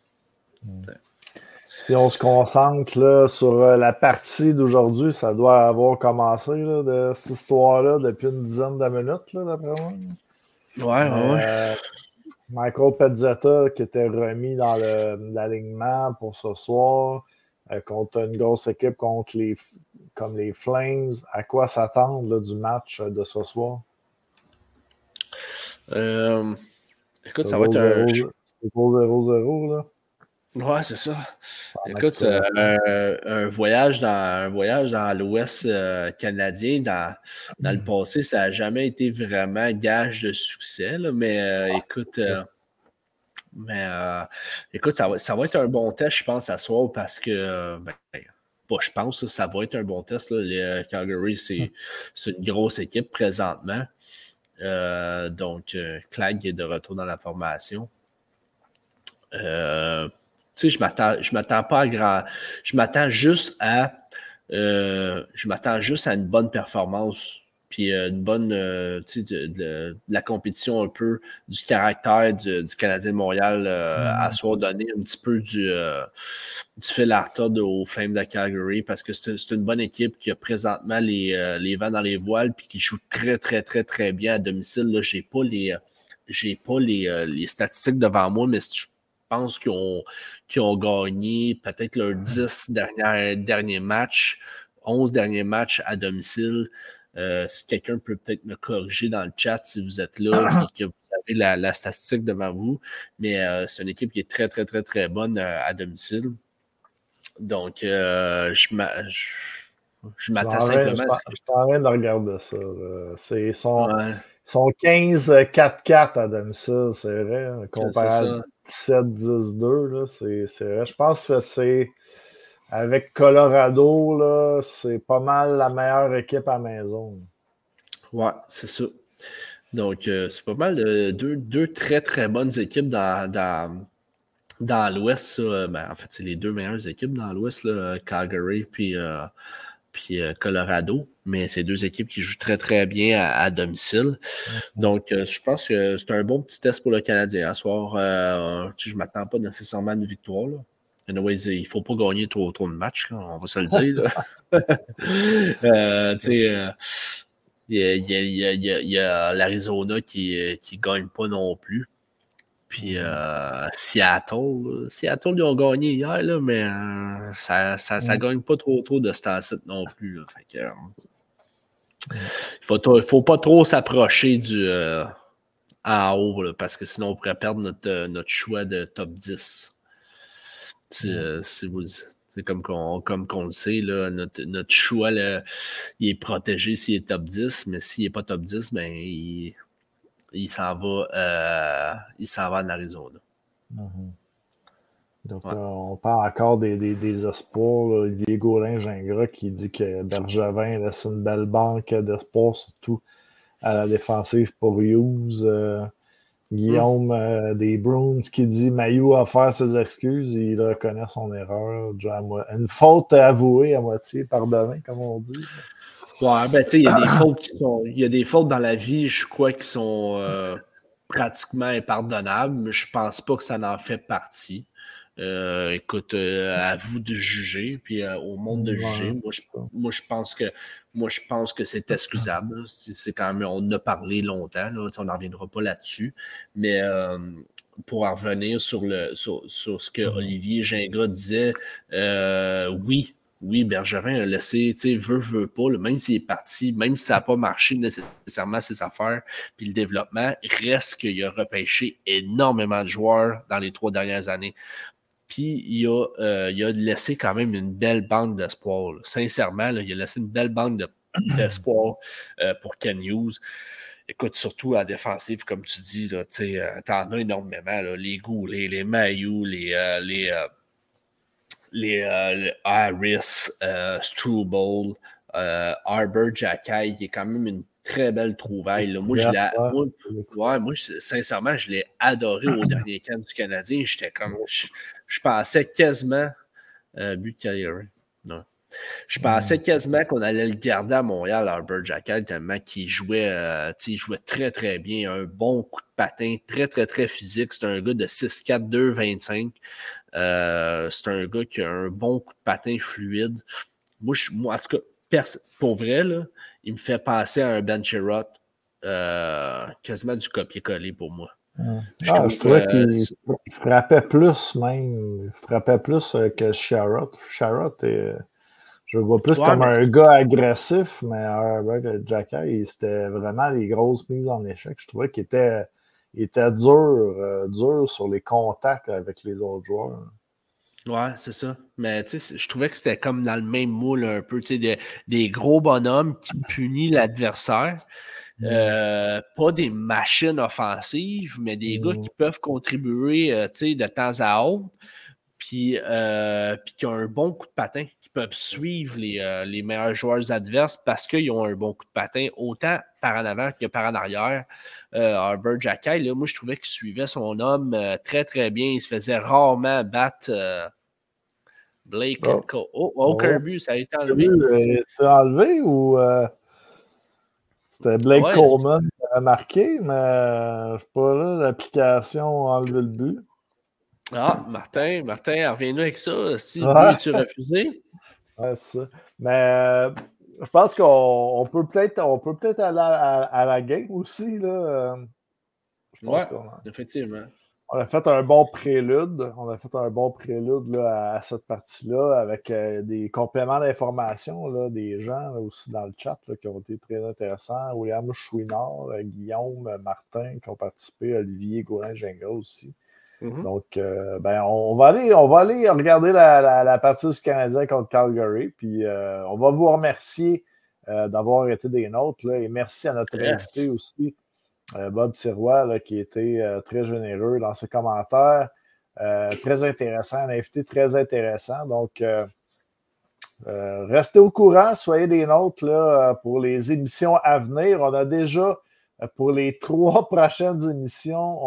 Si on se concentre là, sur la partie d'aujourd'hui, ça doit avoir commencé là, de cette histoire-là depuis une dizaine de minutes, là, d'après moi. Ouais. Michael Pezzetta qui était remis dans l'alignement pour ce soir contre une grosse équipe comme les Flames. À quoi s'attendre là, du match de ce soir? Écoute, ça va être un... C'est 0-0, là. Ouais, c'est ça. Écoute, un voyage dans l'Ouest canadien, dans le passé, ça n'a jamais été vraiment gage de succès, là, mais écoute, ça va être un bon test, je pense, à soir, parce que, je pense que ça va être un bon test. Là. Les Calgary, c'est une grosse équipe présentement. Donc, Clag est de retour dans la formation. Tu sais, je m'attends pas à grand. Je m'attends juste à une bonne performance, puis une bonne, tu sais, de la compétition un peu, du caractère du Canadien de Montréal à soir, donner un petit peu du fil à retordre aux Flames de Calgary, parce que c'est une bonne équipe qui a présentement les vents dans les voiles, puis qui joue très, très, très, très bien à domicile. Là, j'ai pas les statistiques devant moi, mais je pense qu'ils ont gagné peut-être leurs 10 derniers matchs, 11 derniers matchs à domicile. Si quelqu'un peut peut-être me corriger dans le chat si vous êtes là et que vous avez la statistique devant vous, mais c'est une équipe qui est très, très, très, très bonne à domicile. Donc, je m'attends simplement à ce que... Je suis en train de regarder ça. Ils sont 15-4-4 à domicile, c'est vrai, comparé à 17-10-2. Là, c'est vrai. Je pense que c'est avec Colorado, là, c'est pas mal la meilleure équipe à maison. Ouais, c'est ça. Donc, c'est pas mal de deux très, très bonnes équipes dans l'Ouest. Ça. En fait, c'est les deux meilleures équipes dans l'Ouest, là, Calgary puis Colorado. Mais c'est deux équipes qui jouent très, très bien à domicile. Donc, je pense que c'est un bon petit test pour le Canadien. À soir, je ne m'attends pas nécessairement à une victoire. Là. Anyways, il ne faut pas gagner trop de matchs, là, on va se le dire. Il y a l'Arizona qui ne gagne pas non plus. Puis Seattle, ils ont gagné hier, là, mais ça gagne pas trop de ce temps-ci non plus. Là. Fait que, il faut pas trop s'approcher du en haut, là, parce que sinon on pourrait perdre notre choix de top 10. Si vous, comme qu'on le sait, là, notre choix, là, il est protégé s'il est top 10, mais s'il n'est pas top 10, ben il s'en va en Arizona. Donc, on parle encore des espoirs. Là. Olivier Gaudin-Gingras qui dit que Bergevin laisse une belle banque d'espoir, surtout à la défensive pour Hughes. Guillaume des Bruins qui dit Mailloux a fait ses excuses et il reconnaît son erreur. Une faute avouée à moitié pardonnée, comme on dit. Ouais, tu sais, il y a des fautes dans la vie, je crois, qui sont pratiquement impardonnables, mais je pense pas que ça en fait partie. Écoute, à vous de juger, puis au monde de juger. Moi, je pense que c'est excusable. C'est quand même, on en a parlé longtemps, là, on n'en reviendra pas là-dessus. Mais pour en revenir sur ce que Olivier Gingras disait, oui, oui, Bergerin a laissé, tu sais, veut pas, là, même s'il est parti, même si ça n'a pas marché nécessairement ses affaires, puis le développement, reste qu'il a repêché énormément de joueurs dans les 3 dernières années. Puis il a laissé quand même une belle banque d'espoir. Là. Sincèrement, là, il a laissé une belle banque d'espoir pour Ken Hughes. Écoute, surtout à défensive, comme tu dis, t'en as énormément. Là, les Goulet, les Mailloux, les Harris, Struble, Arbor Jackay, qui est quand même une très belle trouvaille. Là. Moi, sincèrement, je l'ai adoré au dernier camp du Canadien. J'étais comme. Je pensais quasiment. But Calgary. Non. Je pensais quasiment qu'on allait le garder à Montréal, Arbor Jackal, tellement qu'il jouait, il jouait très, très bien. Un bon coup de patin, très, très, très physique. C'est un gars de 6'4", 2'25". C'est un gars qui a un bon coup de patin fluide. Moi en tout cas, pour vrai, là, il me fait penser à un Ben Chirot, quasiment du copier-coller pour moi. Je trouvais qu'il frappait plus même. Il frappait plus que Sherrod. Sherrod, je le vois plus comme un gars agressif, mais Jackay, c'était vraiment les grosses mises en échec. Je trouvais qu'il était dur sur les contacts avec les autres joueurs. Ouais, c'est ça. Mais tu sais, je trouvais que c'était comme dans le même moule un peu, tu sais, des gros bonhommes qui punissent l'adversaire. Pas des machines offensives, mais des gars qui peuvent contribuer de temps à autre, puis qui ont un bon coup de patin, qui peuvent suivre les meilleurs joueurs adverses parce qu'ils ont un bon coup de patin, autant par en avant que par en arrière. Arbor Jackay, là, moi, je trouvais qu'il suivait son homme très, très bien. Il se faisait rarement battre Blake Cole. Kirby, ça a été enlevé. C'est enlevé ou... C'était Blake Coleman qui avait marqué, mais je sais pas, là, l'application a enlevé le but. Ah, Martin, reviens-nous avec ça. Si le but est-tu refusé? Ouais, c'est ça. Mais je pense qu'on peut peut-être aller à la game aussi, là. Je pense effectivement. On a fait un bon prélude. On a fait un bon prélude là, à cette partie-là avec des compléments d'information là, des gens là, aussi dans le chat là, qui ont été très intéressants. William Chouinard, Guillaume, Martin qui ont participé, Olivier Gaudin-Gingras aussi. Donc, on va aller regarder la partie du Canadien contre Calgary. Puis, on va vous remercier d'avoir été des nôtres. Là, et merci à notre invité aussi, Bob Sirois, là, qui était très généreux dans ses commentaires. Très intéressant, un invité très intéressant. Donc, restez au courant, soyez des nôtres là, pour les émissions à venir. On a déjà, pour les 3 prochaines émissions,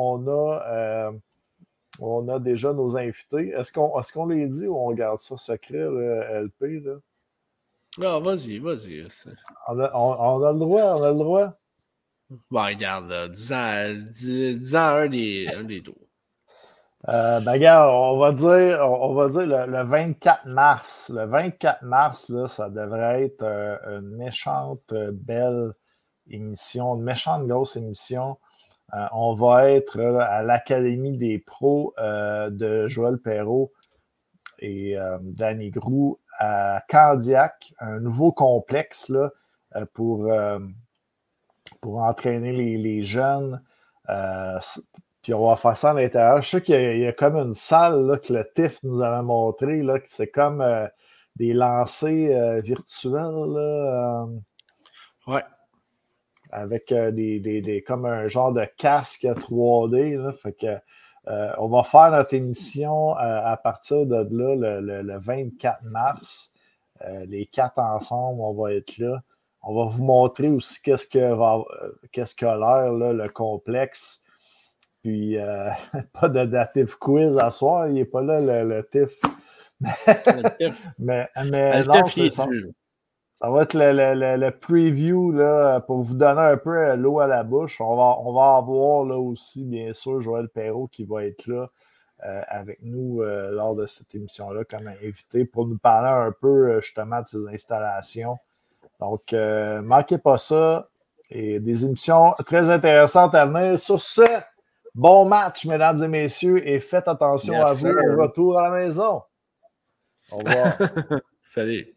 on a déjà nos invités. Est-ce qu'on les dit ou on garde ça secret, le LP? Là? Non, vas-y. On a le droit, Bon, regarde, dis-en un des deux. Regarde, on va dire le 24 mars. Le 24 mars, là, ça devrait être une méchante belle émission, une méchante grosse émission. On va être à l'Académie des pros de Joël Perreault et Danny Groux à Candiac, un nouveau complexe là, pour entraîner les jeunes. Puis on va faire ça à l'intérieur. Je sais qu'il y a comme une salle là, que le TIF nous avait montré, là, que c'est comme des lancers virtuels. Là, ouais. Avec comme un genre de casque 3D. Là, fait que, on va faire notre émission à partir de là, le 24 mars. Les 4 ensemble, on va être là. On va vous montrer aussi qu'est-ce qu'a l'air, là, le complexe. Puis, pas de datif quiz à soir. Il n'est pas là, le TIF. mais non, c'est ça. Ça va être le preview là, pour vous donner un peu l'eau à la bouche. On va avoir là aussi, bien sûr, Joël Perreault qui va être là avec nous lors de cette émission-là comme invité pour nous parler un peu justement de ces installations. Donc, manquez pas ça. Et des émissions très intéressantes à venir. Sur ce, bon match, mesdames et messieurs, et faites attention à vous au retour à la maison. Au revoir. Salut.